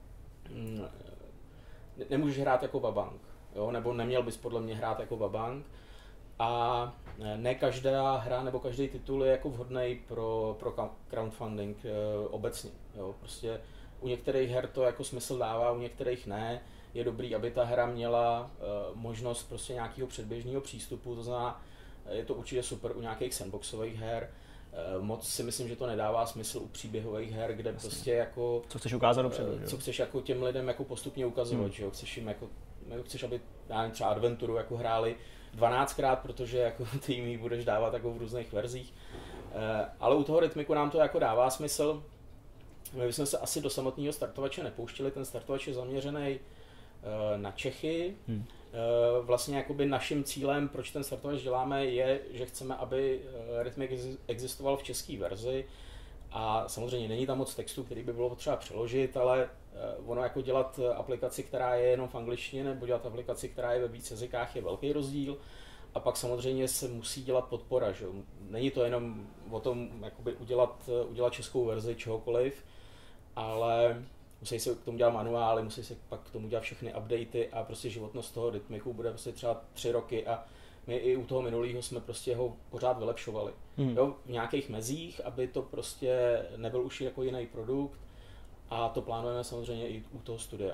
nemůžeš hrát jako vabank, jo? Nebo neměl bys podle mě hrát jako vabank. A ne každá hra nebo každý titul je jako vhodný pro crowdfunding obecně. Jo. Prostě u některých her to jako smysl dává, u některých ne. Je dobrý, aby ta hra měla možnost prostě nějakého předběžného přístupu, to znamená, je to určitě super u nějakých sandboxových her. Moc si myslím, že to nedává smysl u příběhových her, kde prostě jako... Co chceš ukázat dopředu, co chceš jako těm lidem jako postupně ukazovat, že jo? Chceš jim jako, chceš, aby třeba adventuru jako hráli 12krát, protože jako ty jim ji budeš dávat jako v různých verzích. Ale u toho Rytmiku nám to jako dává smysl. My bychom se asi do samotného startovače nepouštili, ten startovač je zaměřený na Čechy. Vlastně jakoby naším cílem, proč ten startovač děláme, je, že chceme, aby Rytmik existoval v české verzi. A samozřejmě není tam moc textu, který by bylo potřeba přeložit, ale ono jako dělat aplikaci, která je jenom v angličtině, nebo dělat aplikaci, která je ve víc jazykách, je velký rozdíl. A pak samozřejmě se musí dělat podpora, že? Není to jenom o tom jakoby udělat českou verzi čehokoliv, ale musí se k tomu dělat manuály, musí se pak k tomu dělat všechny updaty a prostě životnost toho Rytmiku bude prostě třeba 3 roky a my i u toho minulého jsme prostě ho pořád vylepšovali. Jo, v nějakých mezích, aby to prostě nebyl už jako jiný produkt a to plánujeme samozřejmě i u toho studia.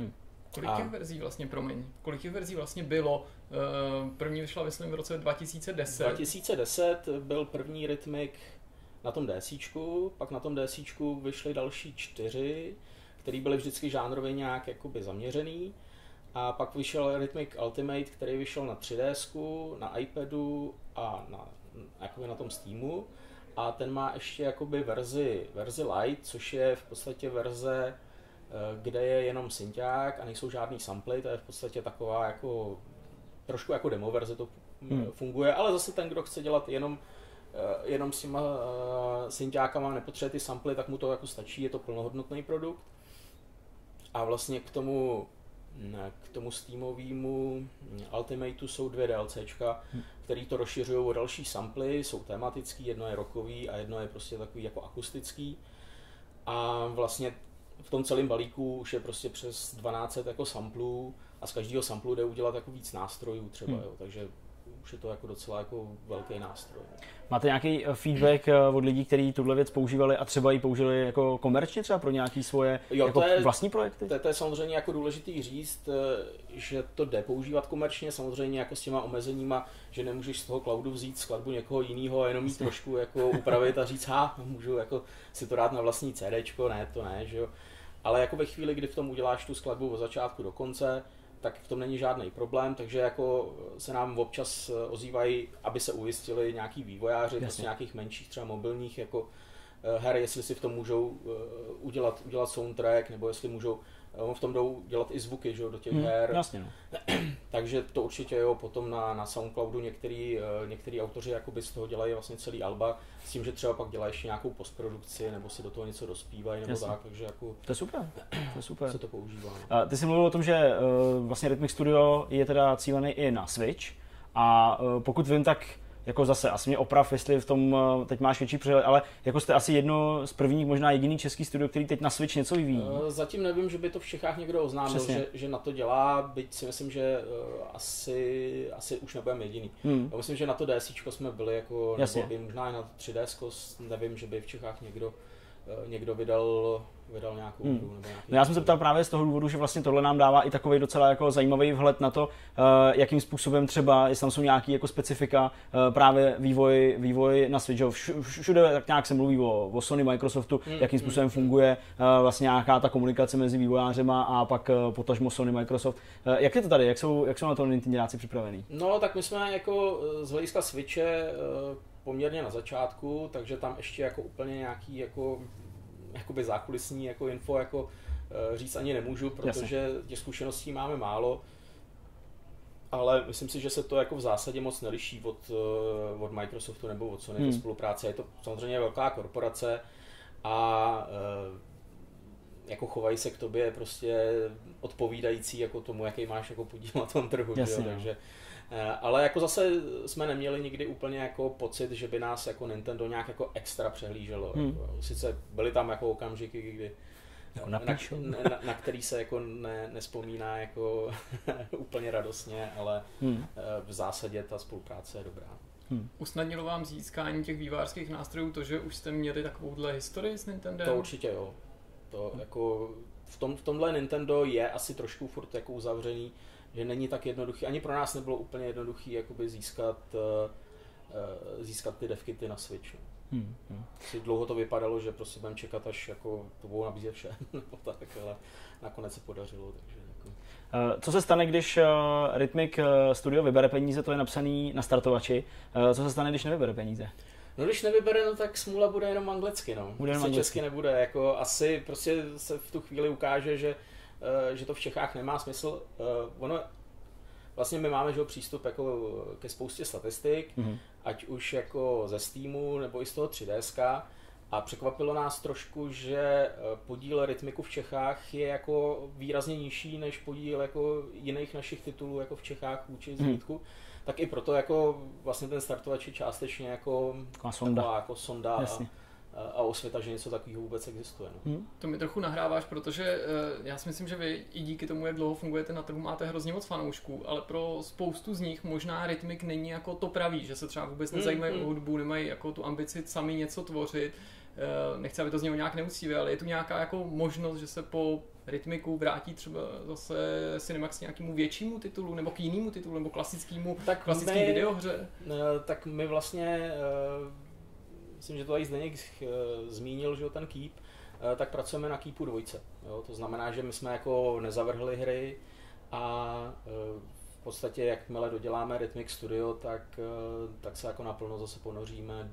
Kolik těch verzí vlastně bylo? První vyšla, myslím, v roce 2010. 2010 byl první Rytmik na tom DSíčku, pak na tom DSíčku vyšly další 4, které byly vždycky žánrově nějak jakoby zaměřený. A pak vyšel Rytmik Ultimate, který vyšel na 3DSku, na iPadu a na tom Steamu. A ten má ještě jakoby verzi Lite, což je v podstatě verze, kde je jenom synťák a nejsou žádný samply, to je v podstatě taková jako trošku jako demo verze to funguje, ale zase ten, kdo chce dělat jenom s těma synťákama, nepotřebuje ty samply, tak mu to jako stačí, je to plnohodnotný produkt. A vlastně k tomu Steamovému Ultimateu jsou 2 DLCčka, který to rozšiřují o další samply, jsou tematický, jedno je rockový a jedno je prostě takový jako akustický. A vlastně v tom celém balíku už je prostě přes 1200 jako samplů a z každého samplu jde udělat jako víc nástrojů třeba, jo, takže už je to jako docela jako velký nástroj. Máte nějaký feedback od lidí, kteří tuhle věc používali a třeba ji použili jako komerčně třeba pro nějaký svoje vlastní projekty? To je samozřejmě jako důležitý říct, že to jde používat komerčně, samozřejmě jako s těma omezeníma, že nemůžeš z toho cloudu vzít skladbu někoho jiného a jenom jí trošku jako upravit a říct, můžu jako si to dát na vlastní CDčko, ne, to ne, že jo. Ale jako ve chvíli, kdy v tom uděláš tu skladbu od začátku do konce, tak v tom není žádný problém, takže jako se nám občas ozývají, aby se ujistili nějaký vývojáři, prostě nějakých menších třeba mobilních jako her, jestli si v tom můžou udělat soundtrack, nebo jestli můžou, v tom jdou dělat i zvuky, že, do těch her. Jasně, no. Takže to určitě jo, potom na Soundcloudu některý autoři jakoby z toho dělají vlastně celý alba, s tím, že třeba pak dělají ještě nějakou postprodukci, nebo si do toho něco dospívají, nebo tak, takže jako... To je super. Se to používá. No. Ty jsi mluvil o tom, že vlastně Rytmik Studio je teda cílený i na Switch a pokud vím, tak jako zase, asi mě oprav, jestli v tom teď máš větší přehled, ale jako jste asi jedno z prvních, možná jediný český studio, který teď na Switch něco vyvíjí. Zatím nevím, že by to v Čechách někdo oznámil, že na to dělá, byť si myslím, že asi už nebudeme jediný. Já myslím, že na to DSíčko jsme byli, jako, nebo by možná i na to 3DS, nevím, že by v Čechách někdo vydal nějakou hru. Nebo no já jsem se ptal právě z toho důvodu, že vlastně tohle nám dává i takový docela jako zajímavý vhled na to, jakým způsobem třeba, jestli tam jsou nějaký jako specifika, právě vývoj na Switch. Všude tak nějak se mluví o Sony, Microsoftu, jakým způsobem funguje vlastně nějaká ta komunikace mezi vývojářema a pak potažmo Sony, Microsoft. Jak je to tady? Jak jsou na to Nintendáci připravený? No tak my jsme jako z hlediska Switche poměrně na začátku, takže tam ještě jako úplně nějaký jakoby zákulisní jako info jako říct ani nemůžu, protože těch zkušeností máme málo, ale myslím si, že se to jako v zásadě moc neliší od Microsoftu nebo od Sony ve spolupráci. Je to samozřejmě velká korporace a jako chovají se k tobě prostě odpovídající jako tomu, jaký máš jako podíl na tom trhu. Jasně, takže ale jako zase jsme neměli nikdy úplně jako pocit, že by nás jako Nintendo nějak jako extra přehlíželo. Sice byly tam jako okamžiky, kdy na který se jako nespomíná jako úplně radostně, ale v zásadě ta spolupráce je dobrá. Usnadnilo vám získání těch vývojářských nástrojů to, že už jste měli takovouhle historii s Nintendem? To určitě jo. To jako v tomhle Nintendo je asi trošku furt jako uzavřený, že není tak jednoduchý, ani pro nás nebylo úplně jednoduchý jakoby získat ty devkity na Switch. Dlouho to vypadalo, že prostě budeme čekat, až jako to budou nabízet vše, tak, ale nakonec se podařilo. Takže jako. Co se stane, když Rhythmic Studio vybere peníze, to je napsaný na startovači, co se stane, když nevybere peníze? No když nevybere, no tak smůla bude jenom anglicky, no. Česky nebude, jako asi prostě se v tu chvíli ukáže, že to v Čechách nemá smysl. Ono, vlastně my máme přístup jako ke spoustě statistik, ať už jako ze Steamu nebo i z toho 3DSka, a překvapilo nás trošku, že podíl Rhythmicu v Čechách je jako výrazně nižší než podíl jako jiných našich titulů jako v Čechách vůči zbytku. Tak i proto jako vlastně ten startovač je částečně jako sonda a osvěta, že něco takového vůbec existuje. No. To mi trochu nahráváš, protože já si myslím, že vy i díky tomu, jak dlouho fungujete na trhu, máte hrozně moc fanoušků, ale pro spoustu z nich možná Rhythmic není jako to pravý, že se třeba vůbec nezajímají o hudbu, nemají jako tu ambici sami něco tvořit. Nechci, aby to znělo nějak neúctivě, ale je tu nějaká jako možnost, že se po Rhythmicu vrátí třeba zase Cinemax nějakému většímu titulu, nebo k jinému titulu, nebo klasickému videohře? Tak my vlastně, myslím, že to tady Zdeněk zmínil, že ten Keep, tak pracujeme na Keepu 2. Jo? To znamená, že my jsme jako nezavrhli hry a v podstatě jakmile doděláme Rhythmic Studio, tak se jako naplno zase ponoříme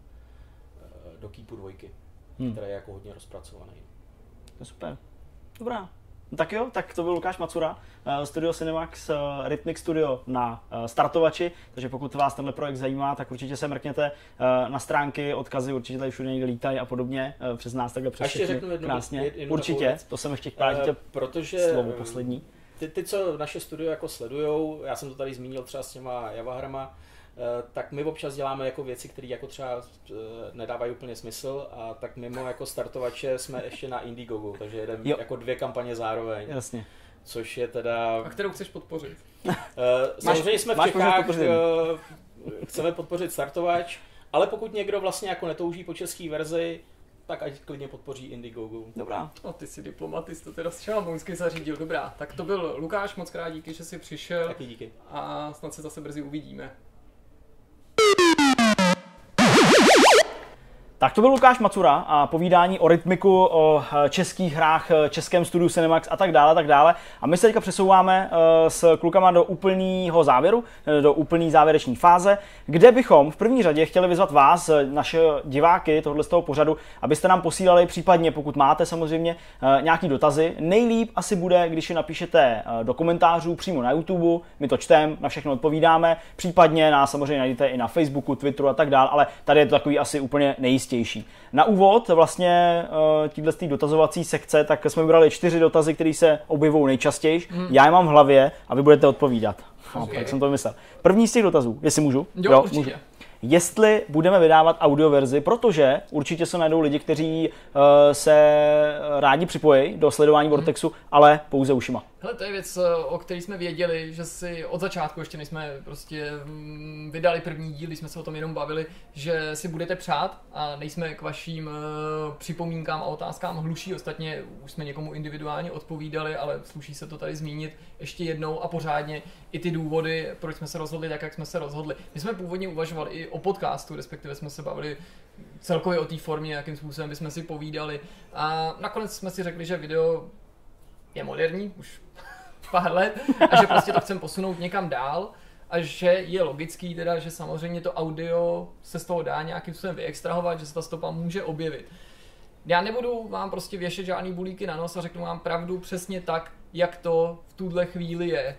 do Keepu 2, který je jako hodně rozpracovaný. To je super. Dobrá. No tak jo, tak to byl Lukáš Macura, Studio Cinemax, Rhythmic Studio na startovači, takže pokud vás tenhle projekt zajímá, tak určitě se mrkněte na stránky, odkazy určitě tady všude někde lítají a podobně, přes nás takhle přes všechny krásně. Určitě, to jsem ještě chtěl, protože slovo poslední. Ty, co naše studio jako sledujou, já jsem to tady zmínil třeba s těma Javahrama, tak my občas děláme jako věci, které jako třeba nedávají úplně smysl, a tak mimo jako startovače jsme ještě na Indiegogu, takže jedeme jako 2 kampaně zároveň. Jasně. Což je teda... A kterou chceš podpořit? Samozřejmě jsme v Čechách, chceme podpořit startovač, ale pokud někdo vlastně jako netouží po české verzi, tak ať klidně podpoří Indiegogu. Dobrá. Ty jsi diplomatist, to teda šalamounsky zařídil. Dobrá, tak to byl Lukáš, moc krát díky, že jsi přišel. Taky díky. A snad se zase brzy uvidíme. Tak to byl Lukáš Macura a povídání o Rhythmicu, o českých hrách, českém studiu Cinemax a tak dále. A my se teďka přesouváme s klukama do úplného závěru, do úplné závěreční fáze, kde bychom v první řadě chtěli vyzvat vás, naše diváky tohle z toho pořadu, abyste nám posílali případně, pokud máte samozřejmě nějaký dotazy. Nejlíp asi bude, když je napíšete do komentářů přímo na YouTube, my to čteme, na všechno odpovídáme, případně nás samozřejmě najdete i na Facebooku, Twitteru a tak dále, ale tady je to takový asi úplně nejistější. Na úvod vlastně této dotazovací sekce, tak jsme vybrali 4 dotazy, které se objevují nejčastěji. Já je mám v hlavě a vy budete odpovídat. Tak jsem to vymyslel. První z těch dotazů, jestli můžu? Jo, určitě. Můžu. Jestli budeme vydávat audioverzi, protože určitě se najdou lidi, kteří se rádi připojí do sledování Vortexu, ale pouze ušima. Hele, to je věc, o které jsme věděli, že si od začátku, ještě než jsme prostě vydali první díl, když jsme se o tom jenom bavili, že si budete přát a nejsme k vašim připomínkám a otázkám hluší. Ostatně už jsme někomu individuálně odpovídali, ale sluší se to tady zmínit ještě jednou a pořádně i ty důvody, proč jsme se rozhodli tak, jak jsme se rozhodli. My jsme původně uvažovali i o podcastu, respektive jsme se bavili celkově o té formě, jakým způsobem bychom si povídali. A nakonec jsme si řekli, že video je moderní, už pár let, a že prostě to chceme posunout někam dál a že je logický teda, že samozřejmě to audio se z toho dá nějakým způsobem vyextrahovat, že se ta stopa může objevit. Já nebudu vám prostě věšet žádný bulíky na nos a řeknu vám pravdu přesně tak, jak to v tuhle chvíli je.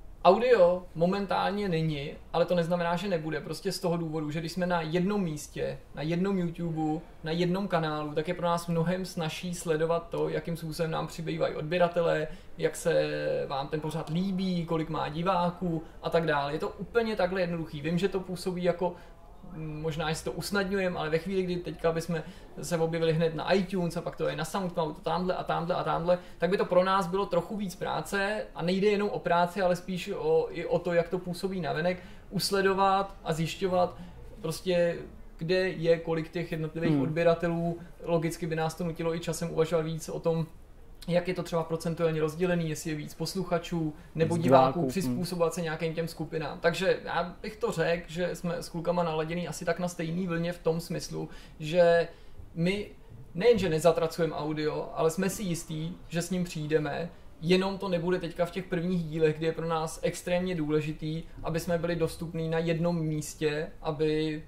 Audio momentálně není, ale to neznamená, že nebude. Prostě z toho důvodu, že když jsme na jednom místě, na jednom YouTube, na jednom kanálu, tak je pro nás mnohem snazší sledovat to, jakým způsobem nám přibývají odběratelé, jak se vám ten pořad líbí, kolik má diváků a tak dále. Je to úplně takhle jednoduchý. Vím, že to působí jako možná, že si to usnadňujeme, ale ve chvíli, kdy teďka bychom se objevili hned na iTunes a pak to je na SoundCloud, tamhle, tak by to pro nás bylo trochu víc práce a nejde jenom o práci, ale spíš i o to, jak to působí navenek, usledovat a zjišťovat prostě, kde je kolik těch jednotlivých odběratelů. Logicky by nás to nutilo i časem uvažovat víc o tom, jak je to třeba procentuálně rozdělený, jestli je víc posluchačů nebo diváků, přizpůsobovat se nějakým těm skupinám. Takže já bych to řekl, že jsme s klukama naladěný asi tak na stejný vlně v tom smyslu, že my nejenže nezatracujeme audio, ale jsme si jistí, že s ním přijdeme, jenom to nebude teďka v těch prvních dílech, kdy je pro nás extrémně důležitý, aby jsme byli dostupní na jednom místě, aby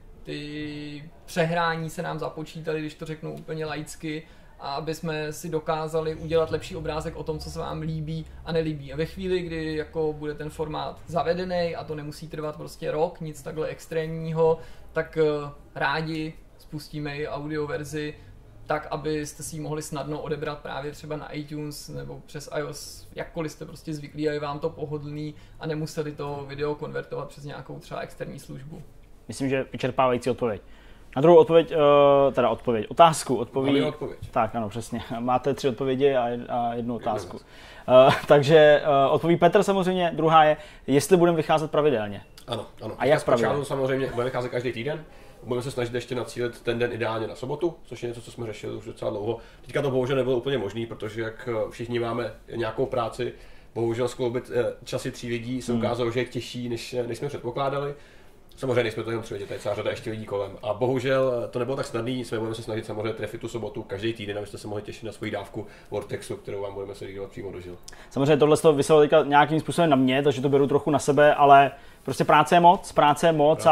ty přehrání se nám započítaly, když to řeknu úplně laicky, a aby jsme si dokázali udělat lepší obrázek o tom, co se vám líbí a nelíbí. A ve chvíli, kdy jako bude ten formát zavedený a to nemusí trvat prostě rok, nic takhle extrémního, tak rádi spustíme i audio verzi, tak, abyste si ji mohli snadno odebrat právě třeba na iTunes nebo přes iOS, jakkoliv jste prostě zvyklí a je vám to pohodlný a nemuseli to video konvertovat přes nějakou třeba externí službu. Myslím, že vyčerpávající odpověď. Na druhou otázku odpoví... odpověď. Tak, ano, přesně. Máte 3 odpovědi a jednu otázku. Takže odpoví Petr samozřejmě, druhá je, jestli budeme vycházet pravidelně. Ano. A jak pravidelně? Samozřejmě budeme vycházet každý týden. Budeme se snažit ještě nacílit ten den ideálně na sobotu, což je něco, co jsme řešili už docela dlouho. Teďka to bohužel nebylo úplně možné, protože jak všichni máme nějakou práci, bohužel skloubit časy 3 lidí se ukázalo, že je těžší, než jsme předpokládali. Samozřejmě nejsme to jenom 3 lidi, tady celá řada ještě lidí kolem. A bohužel to nebylo tak snadný, budeme se snažit samozřejmě trefit tu sobotu každý týden, abyste se mohli těšit na svoji dávku Vortexu, kterou vám budeme servírovat přímo do žil. Samozřejmě tohle to vyselo teďka nějakým způsobem na mě, takže to beru trochu na sebe, ale prostě práce je moc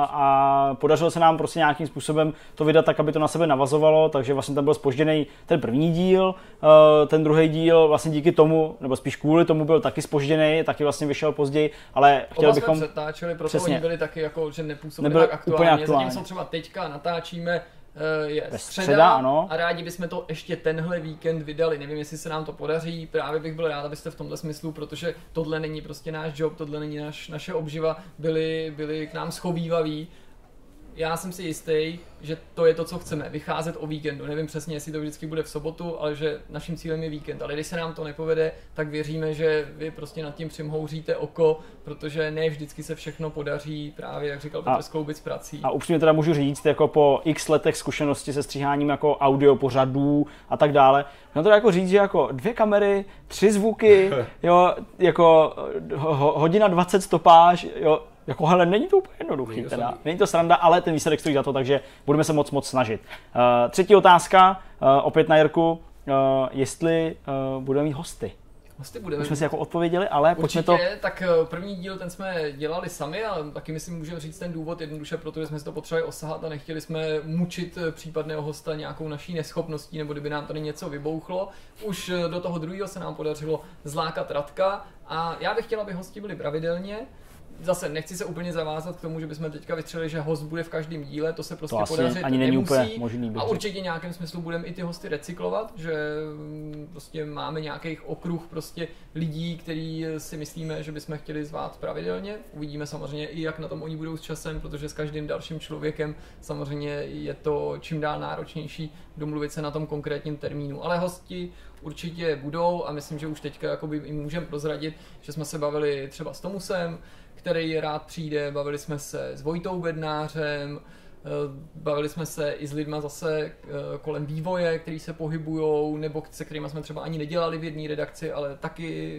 a podařilo se nám prostě nějakým způsobem to vydat tak, aby to na sebe navazovalo, takže vlastně tam byl zpožděný ten první díl, ten druhý díl vlastně díky tomu, nebo spíš kvůli tomu byl taky zpožděný, taky vlastně vyšel později, ale chtěli bychom... jsme přetáčeli, proto oni byli taky jako, že nepůsobili tak aktuálně, zatímco třeba teďka natáčíme je středa ano. A rádi bychom to ještě tenhle víkend vydali. Nevím, jestli se nám to podaří, právě bych byl rád, abyste v tomhle smyslu, protože tohle není prostě náš job, tohle není naše obživa, byli k nám schovývaví. Já jsem si jistý, že to je to, co chceme, vycházet o víkendu. Nevím přesně, jestli to vždycky bude v sobotu, ale že naším cílem je víkend. Ale když se nám to nepovede, tak věříme, že vy prostě nad tím přimhouříte oko, protože ne vždycky se všechno podaří právě, jak říkal Petr, skloubit s prací. A upřímně teda můžu říct, jako po x letech zkušenosti se stříháním jako audio pořadů a tak dále, no to jako říct, že jako 2 kamery, 3 zvuky, jo, jako hodina 20 stopáž, jo, jako hele, není to úplně jednoduchý teda, není to sranda, ale ten výsledek stojí za to, takže budeme se moc snažit. Třetí otázka, opět na Jirku, jestli budeme mít hosty. Hosty budeme. Už jsme si jako odpověděli, ale určitě, pojďme to... tak první díl ten jsme dělali sami a taky myslím můžeme říct ten důvod jednoduše, protože jsme si to potřebovali osahat a nechtěli jsme mučit případného hosta nějakou naší neschopností, nebo kdyby nám tady něco vybouchlo. Už do toho druhého se nám podařilo zlákat Radka a já bych chtěla, aby hosti byli pravidelně. zase nechci se úplně zavázat k tomu, že bychom teďka vystřelili, že host bude v každém díle, to se prostě to podařit ani není nemusí. Úplně možný, a určitě nějakým smyslu budeme i ty hosty recyklovat, že prostě máme nějakých okruh prostě lidí, který si myslíme, že bychom chtěli zvát pravidelně. Uvidíme samozřejmě i jak na tom oni budou s časem, protože s každým dalším člověkem samozřejmě je to čím dál náročnější domluvit se na tom konkrétním termínu. Ale hosti určitě budou a myslím, že už teďka jakoby i můžeme prozradit, že jsme se bavili třeba s Tomusem, který rád přijde, bavili jsme se s Vojtou Bednářem, bavili jsme se i s lidma zase kolem vývoje, který se pohybujou, nebo se kterými jsme třeba ani nedělali v jedné redakci, ale taky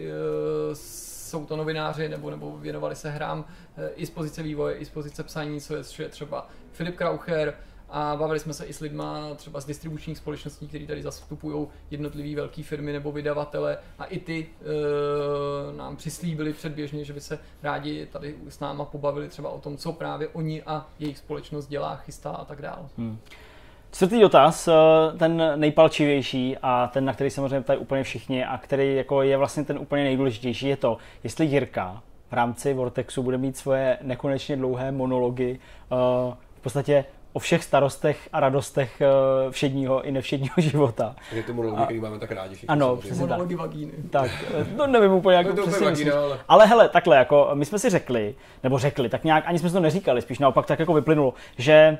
jsou to novináři, nebo věnovali se hrám i z pozice vývoje, i z pozice psaní, co je třeba Filip Kraucher. A bavili jsme se i s lidma třeba z distribučních společností, kteří tady zastupují jednotlivé velké firmy nebo vydavatele a i ty nám přislíbili předběžně, že by se rádi tady s náma pobavili třeba o tom, co právě oni a jejich společnost dělá, chystá a tak dále. Čtvrtý dotaz, ten nejpalčivější a ten, na který samozřejmě ptají úplně všichni a který jako je vlastně ten úplně nejdůležitější, je to, jestli Jirka v rámci Vortexu bude mít svoje nekonečně dlouhé monology v podstatě o všech starostech a radostech všedního i nevšedního života. Je to monology, který máme tak rádi všichni. Ano, přesně tak. Monology vagíny. Tak, no nevím úplně, jak to přesně myslíš. Ale hele, takhle, jako my jsme si řekli, tak nějak, ani jsme to neříkali, spíš naopak tak jako vyplynulo, že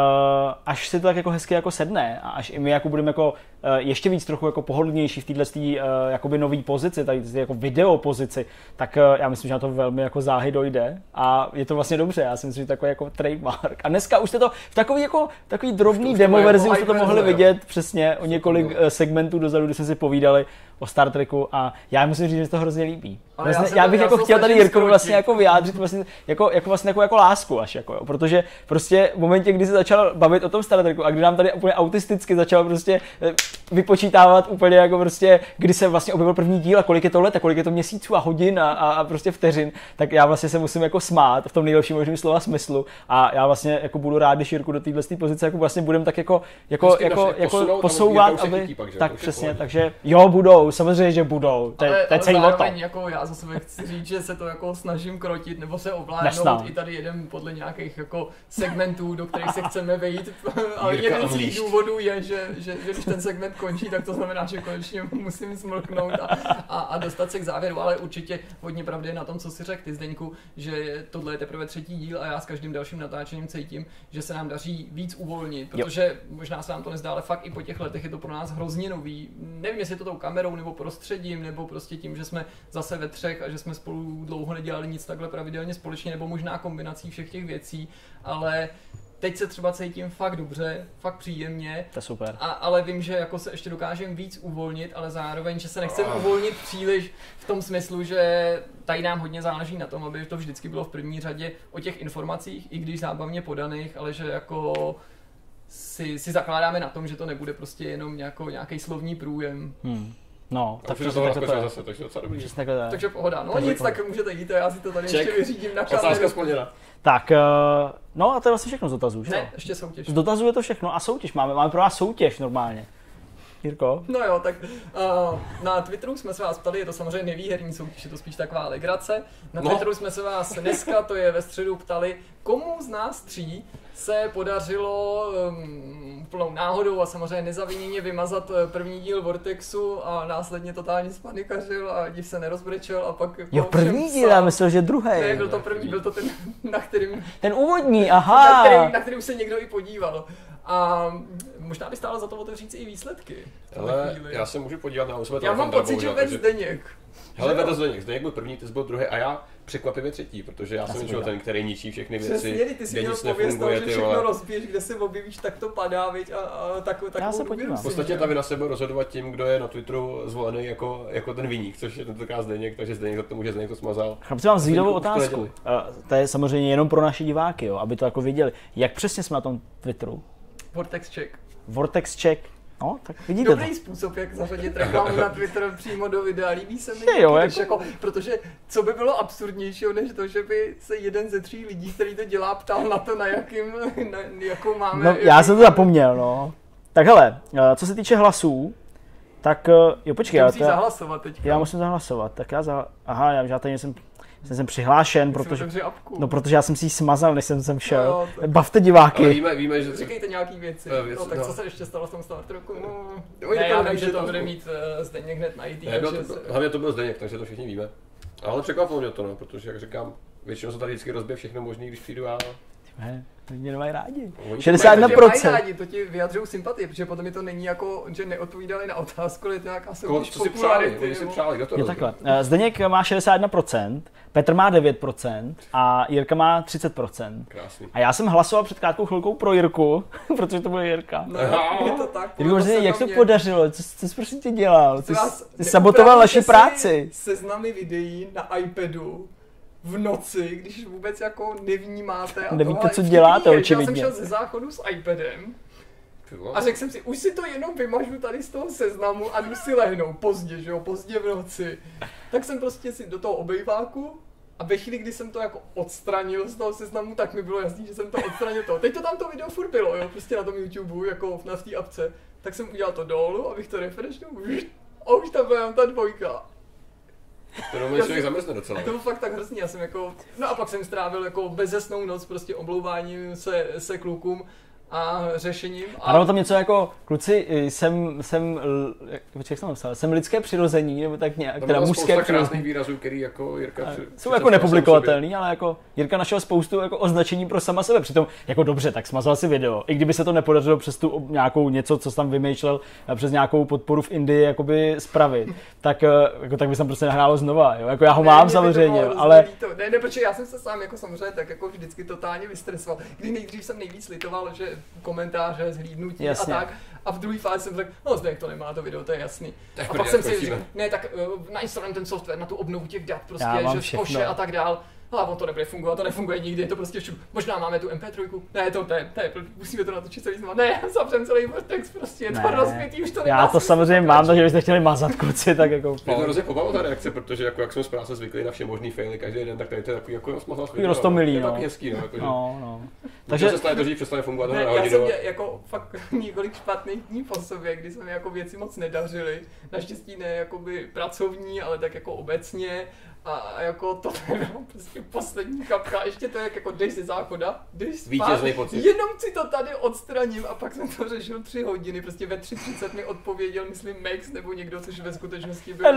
až si to tak jako hezky jako sedne a až i my jako budeme jako ještě víc trochu jako pohodlnější v této jakoby nový pozici, tady jako video pozici, tak já myslím, že na to velmi jako záhy dojde a je to vlastně dobře, já si myslím, že takový jako trademark. A dneska už jste to v takový drobný demo verzi už jste to mohli vidět přesně o několik segmentů dozadu, kdy jsme si povídali o Star Treku a já musím říct, že to hrozně líbí. Vlastně, já bych jako chtěl tady Jirkovi vlastně jako vyjádřit vlastně jako lásku až jako, jo, protože prostě v momentě, kdy se začal bavit o tom Star Treku a kdy nám tady úplně autisticky začal prostě vypočítávat úplně jako prostě, kdy se vlastně objevil první díl a kolik je to let a kolik je to měsíců a hodin a prostě vteřin, tak já vlastně se musím jako smát v tom nejlepším možným slova smyslu a já vlastně jako budu rád, když Jirku do téhle pozice jako vlastně budeme tak jako posouvat, aby tak přesně, takže jo, budou, samozřejmě, že budou. To je celý o to. Jako já za sebe chci říct, že se to jako snažím krotit nebo se ovládnout. I tady jedem podle nějakých jako segmentů, do kterých se chceme vejít. Ale jeden z těch důvodů je, že když ten segment končí, tak to znamená, že konečně musím smlknout a dostat se k závěru. Ale určitě hodně pravdy je na tom, co si řekl ty, Zdeňku, že tohle je teprve třetí díl a já s každým dalším natáčením cítím, že se nám daří víc uvolnit, protože možná se nám to nezdá, ale fakt i po těch letech je to pro nás hrozně nový. Nevím, jestli to tou kamerou nebo prostředím, nebo prostě tím, že jsme zase ve třech a že jsme spolu dlouho nedělali nic takhle pravidelně společně, nebo možná kombinací všech těch věcí, ale teď se třeba cítím fakt dobře, fakt příjemně. To je super. Ale vím, že jako se ještě dokážem víc uvolnit, ale zároveň, že se nechcem uvolnit příliš v tom smyslu, že tady nám hodně záleží na tom, aby to vždycky bylo v první řadě o těch informacích, i když zábavně podaných, ale že jako si zakládáme na tom, že to nebude prostě jenom nějaký slovní průjem. No, tak to zase, takže docela dobrý. Takže pohoda. No nic, tak můžete jít a já si to tady ještě vyřídím na kameru. Otázka splněna. Tak, no a to je vlastně všechno z dotazů, že jo? Ne, ještě soutěž. Z dotazů je to všechno a soutěž máme pro vás soutěž normálně. Jirko? No jo, tak na Twitteru jsme se vás ptali, je to samozřejmě nevýherní soutěž, je to spíš taková legrace. Na Twitteru jsme se vás dneska, to je ve středu, ptali, komu z nás tří se podařilo plnou náhodou a samozřejmě nezaviněně vymazat první díl Vortexu a následně totálně spanikařil a div se nerozbrečel a pak... Jo, první díl, já myslel, že druhý. Ne, byl to první, byl to ten, na kterým... Ten úvodní, aha! Na kterým se někdo i podíval. A možná by stálo za to otevřít i výsledky. Ale já se můžu podívat na úsměv. Já mám pocit, že vedl Zdeněk. Hele, vedl Zdeněk. Zdeněk byl první, ty jsi byl druhý a já překvapivě třetí, protože já jsem většinou ten, který ničí všechny věci. Přesně, ty si měl pověst toho, že všechno rozbiješ, kde se objevíš, tak to padá, viď, a takovou podívám. V podstatě ta vina se bude rozhodovat tím, kdo je na Twitteru zvolený jako ten viník, což je tentokrát Zdeněk, takže Zdeněk za to může, Zdeněk to smazal. Chlapci, mám zvídavou otázku. To je samozřejmě jenom pro naše diváky, jo, aby to jako věděli. Jak přesně jsme na tom Twitteru? Vortex Check. No, tak vidíte. Dobrý způsob, jak zařadit reklamu na Twitter přímo do videa. Líbí se mi, jako, protože co by bylo absurdnějšího, než to, že by se jeden ze 3 lidí, který to dělá, ptal na to, jakou máme... No, já jsem to zapomněl, no. Tak hele, co se týče hlasů, Tak jo, počkej. Já musíš zahlasovat teďka. Já musím zahlasovat, tak já tady jsem přihlášen, protože já jsem si ji smazal, než jsem sem šel. No, bavte diváky. Ale víme, že... Říkejte nějaký věci. No, tak co se ještě stalo v tom Star Treku? Ne, já vím, že to bude mít Zdeněk hned na IT. Hlavně to byl Zdeněk, takže to všichni víme. Ale překvapilo mě to, no, protože jak říkám, většinou se tady vždycky rozbije všechno možný, když přijdu já. Mě nemají rádi. 61%. Rádi, to ti vyjadřují sympatii, protože potom mi to není jako, že neodpovídali na otázku, ale to je nějaká soutěž popularity. Je takhle. Zdeněk má 61%, Petr má 9% a Jirka má 30%. Krásný. A já jsem hlasoval před krátkou chvilkou pro Jirku, protože to bude Jirka. No, je to tak. Jirko, jak to podařilo? Co jsi prostě dělal? Ty sabotoval naši práci. Seznamy videí na iPadu v noci, když vůbec jako nevnímáte. A nevíte, co děláte, očividně. Já jsem šel ze záchodu s iPadem a řekl jsem si, už si to jenom vymažu tady z toho seznamu a jdu si lehnout pozdě, že jo, pozdě v noci. Tak jsem prostě si do toho obejváku a ve chvíli, kdy jsem to jako odstranil z toho seznamu, tak mi bylo jasný, že jsem to odstranil toho. Teď to tam to video furt bylo, jo, prostě na tom YouTube, jako na té apce. Tak jsem udělal to dolů, abych to refreshnul a už tam byla ta dvojka. To normálně člověk zamrzne docela. To bylo fakt tak hrozný, já jsem jako, no a pak jsem strávil jako bezesnou noc prostě omlouváním se klukům a řešením. Ano, tam něco jako, kluci, jsem lidské přirození, nebo tak nějak, teda mužské krásných výrazů, který jako Jirka jsou jako nepublikovatelný, ale jako Jirka našel spoustu jako označení pro sama sebe, přitom jako dobře, tak smazal si video, i kdyby se to nepodařilo přes tu nějakou něco, co tam vymýšlel, přes nějakou podporu v Indii jakoby spravit, tak by se prostě nahrálo znova, jo, jako já ho mám samozřejmě, ale... Ne, protože já jsem se sám jako samozřejmě tak jako vždycky totálně vystresoval, kdy nejdřív jsem nejvíc litoval, že komentáře, zhlídnutí a tak. A v druhé fázi jsem řekl, no Zdeněk to nemá to video, to je jasný. A pak jsem si řekl, ne, tak nainstalujeme ten software na tu obnovu těch dat, prostě, že z koše a tak dál. Ale on to nebude fungovat, to nefunguje nikdy, je to prostě všude. Možná máme tu MP3, ne, to je, musíme to natočit celý znova. Ne, zavřem celý vortex, prostě je to rozbitý, už to nemá. Já to samozřejmě mám, takže byste chtěli mazat kluci, tak jako... Mě to hrozně pobavilo ta reakce, protože jako jak jsme z práce zvyklí na vše možný faily každý den, tak tady to je takový jako smazal svět. Rostomilý, no. Je taky hezký, no. Jakože, no. Takže se stane to, že přestane fungovat na hodinu. Já jsem měl jako fakt několik špatných dní po sobě, kdy se mi jako věci moc nedařily. Naštěstí ne jakoby pracovní, ale tak jako obecně. A jako to bylo prostě poslední kapka, ještě to jak jako jdeš ze záchoda, jdeš spát, jenom si to tady odstraním a pak jsem to řešil 3 hodiny, prostě ve 3:30 mi odpověděl, myslím Max nebo někdo, což ve skutečnosti byl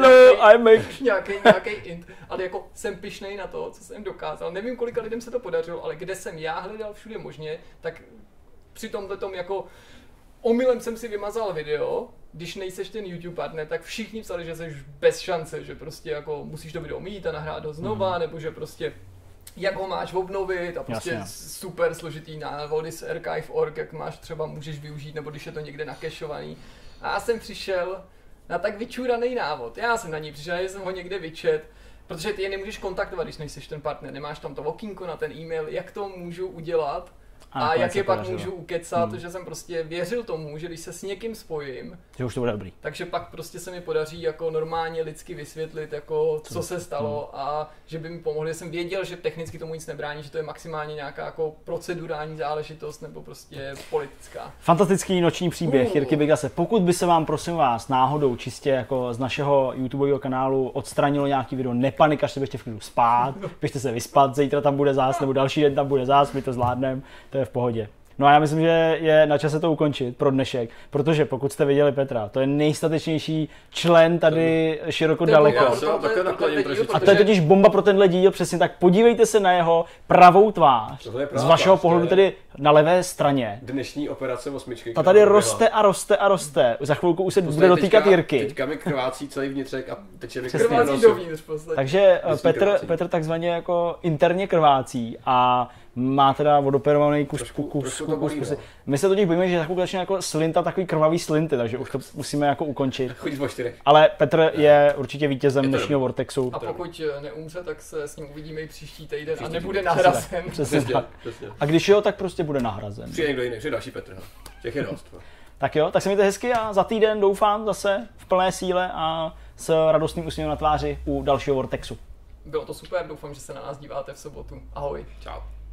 nějaký int, ale jako jsem pyšnej na to, co jsem dokázal, nevím kolika lidem se to podařilo, ale kde jsem já hledal všude možně, tak při tomhletom jako omylem jsem si vymazal video, když nejseš ten YouTube partner, tak všichni psali, že jsi bez šance, že prostě jako musíš to video mít a nahrát ho znova, nebo že prostě jak ho máš obnovit a prostě jasně. Super složitý návody z archive.org, jak máš třeba můžeš využít, nebo když je to někde nakešovaný. A já jsem přišel na tak vyčuraný návod, já jsem na něj přišel, jsem ho někde vyčet, protože ty je nemůžeš kontaktovat, když nejseš ten partner, nemáš tam to okýnko na ten e-mail, jak to můžu udělat. A jak je pak můžu ukecat, že jsem prostě věřil tomu, že když se s někým spojím, že už to bude dobrý. Takže pak prostě se mi podaří jako normálně lidsky vysvětlit, jako co se stalo a že by mi pomohli. Jsem věděl, že technicky tomu nic nebrání, že to je maximálně nějaká jako procedurální záležitost nebo prostě politická. Fantastický noční příběh Jirky Bigase. Pokud by se vám, prosím vás, náhodou čistě jako z našeho YouTubeového kanálu odstranilo nějaký video, nepanikařte, běžte v klidu spát, běžte se vyspat, zítra tam bude zás, nebo další den tam bude zás, my to zvládneme. To je v pohodě. No a já myslím, že je na čase to ukončit pro dnešek, protože pokud jste viděli Petra, to je nejstatečnější člen tady široko daleko. A to je totiž bomba pro tenhle díl, přesně tak. Podívejte se na jeho pravou tvář. Z vašeho pohledu tedy na levé straně. Dnešní operace 8. Ta tady roste a roste a roste. Za chvilku už se bude dotýkat Jirky. Teďka mi krvácí celý vnitřek a teče mi krvácí dovnitř podstatě. Takže Petr takzvaně jako interně krvácí a má teda odoperovaný kus. My se totiž bojíme, že takovou začne jako slinta, takový krvavý slinty, takže už to musíme jako ukončit. Chodit po 4. Ale Petr je určitě vítězem dnešního Vortexu. A pokud neumře, tak se s ním uvidíme i příští týden a nebude nahrazen. Přesně tak. A když jo, tak prostě bude nahrazen. Přijde někdo jiný, přijde další Petr. Těch je dost. Tak jo, tak se mějte hezky a za týden doufám zase v plné síle a s radostným úsměvem na tváři u dalšího Vortexu. Bylo to super, doufám, že se na nás díváte v sobotu. Ahoj. Čau.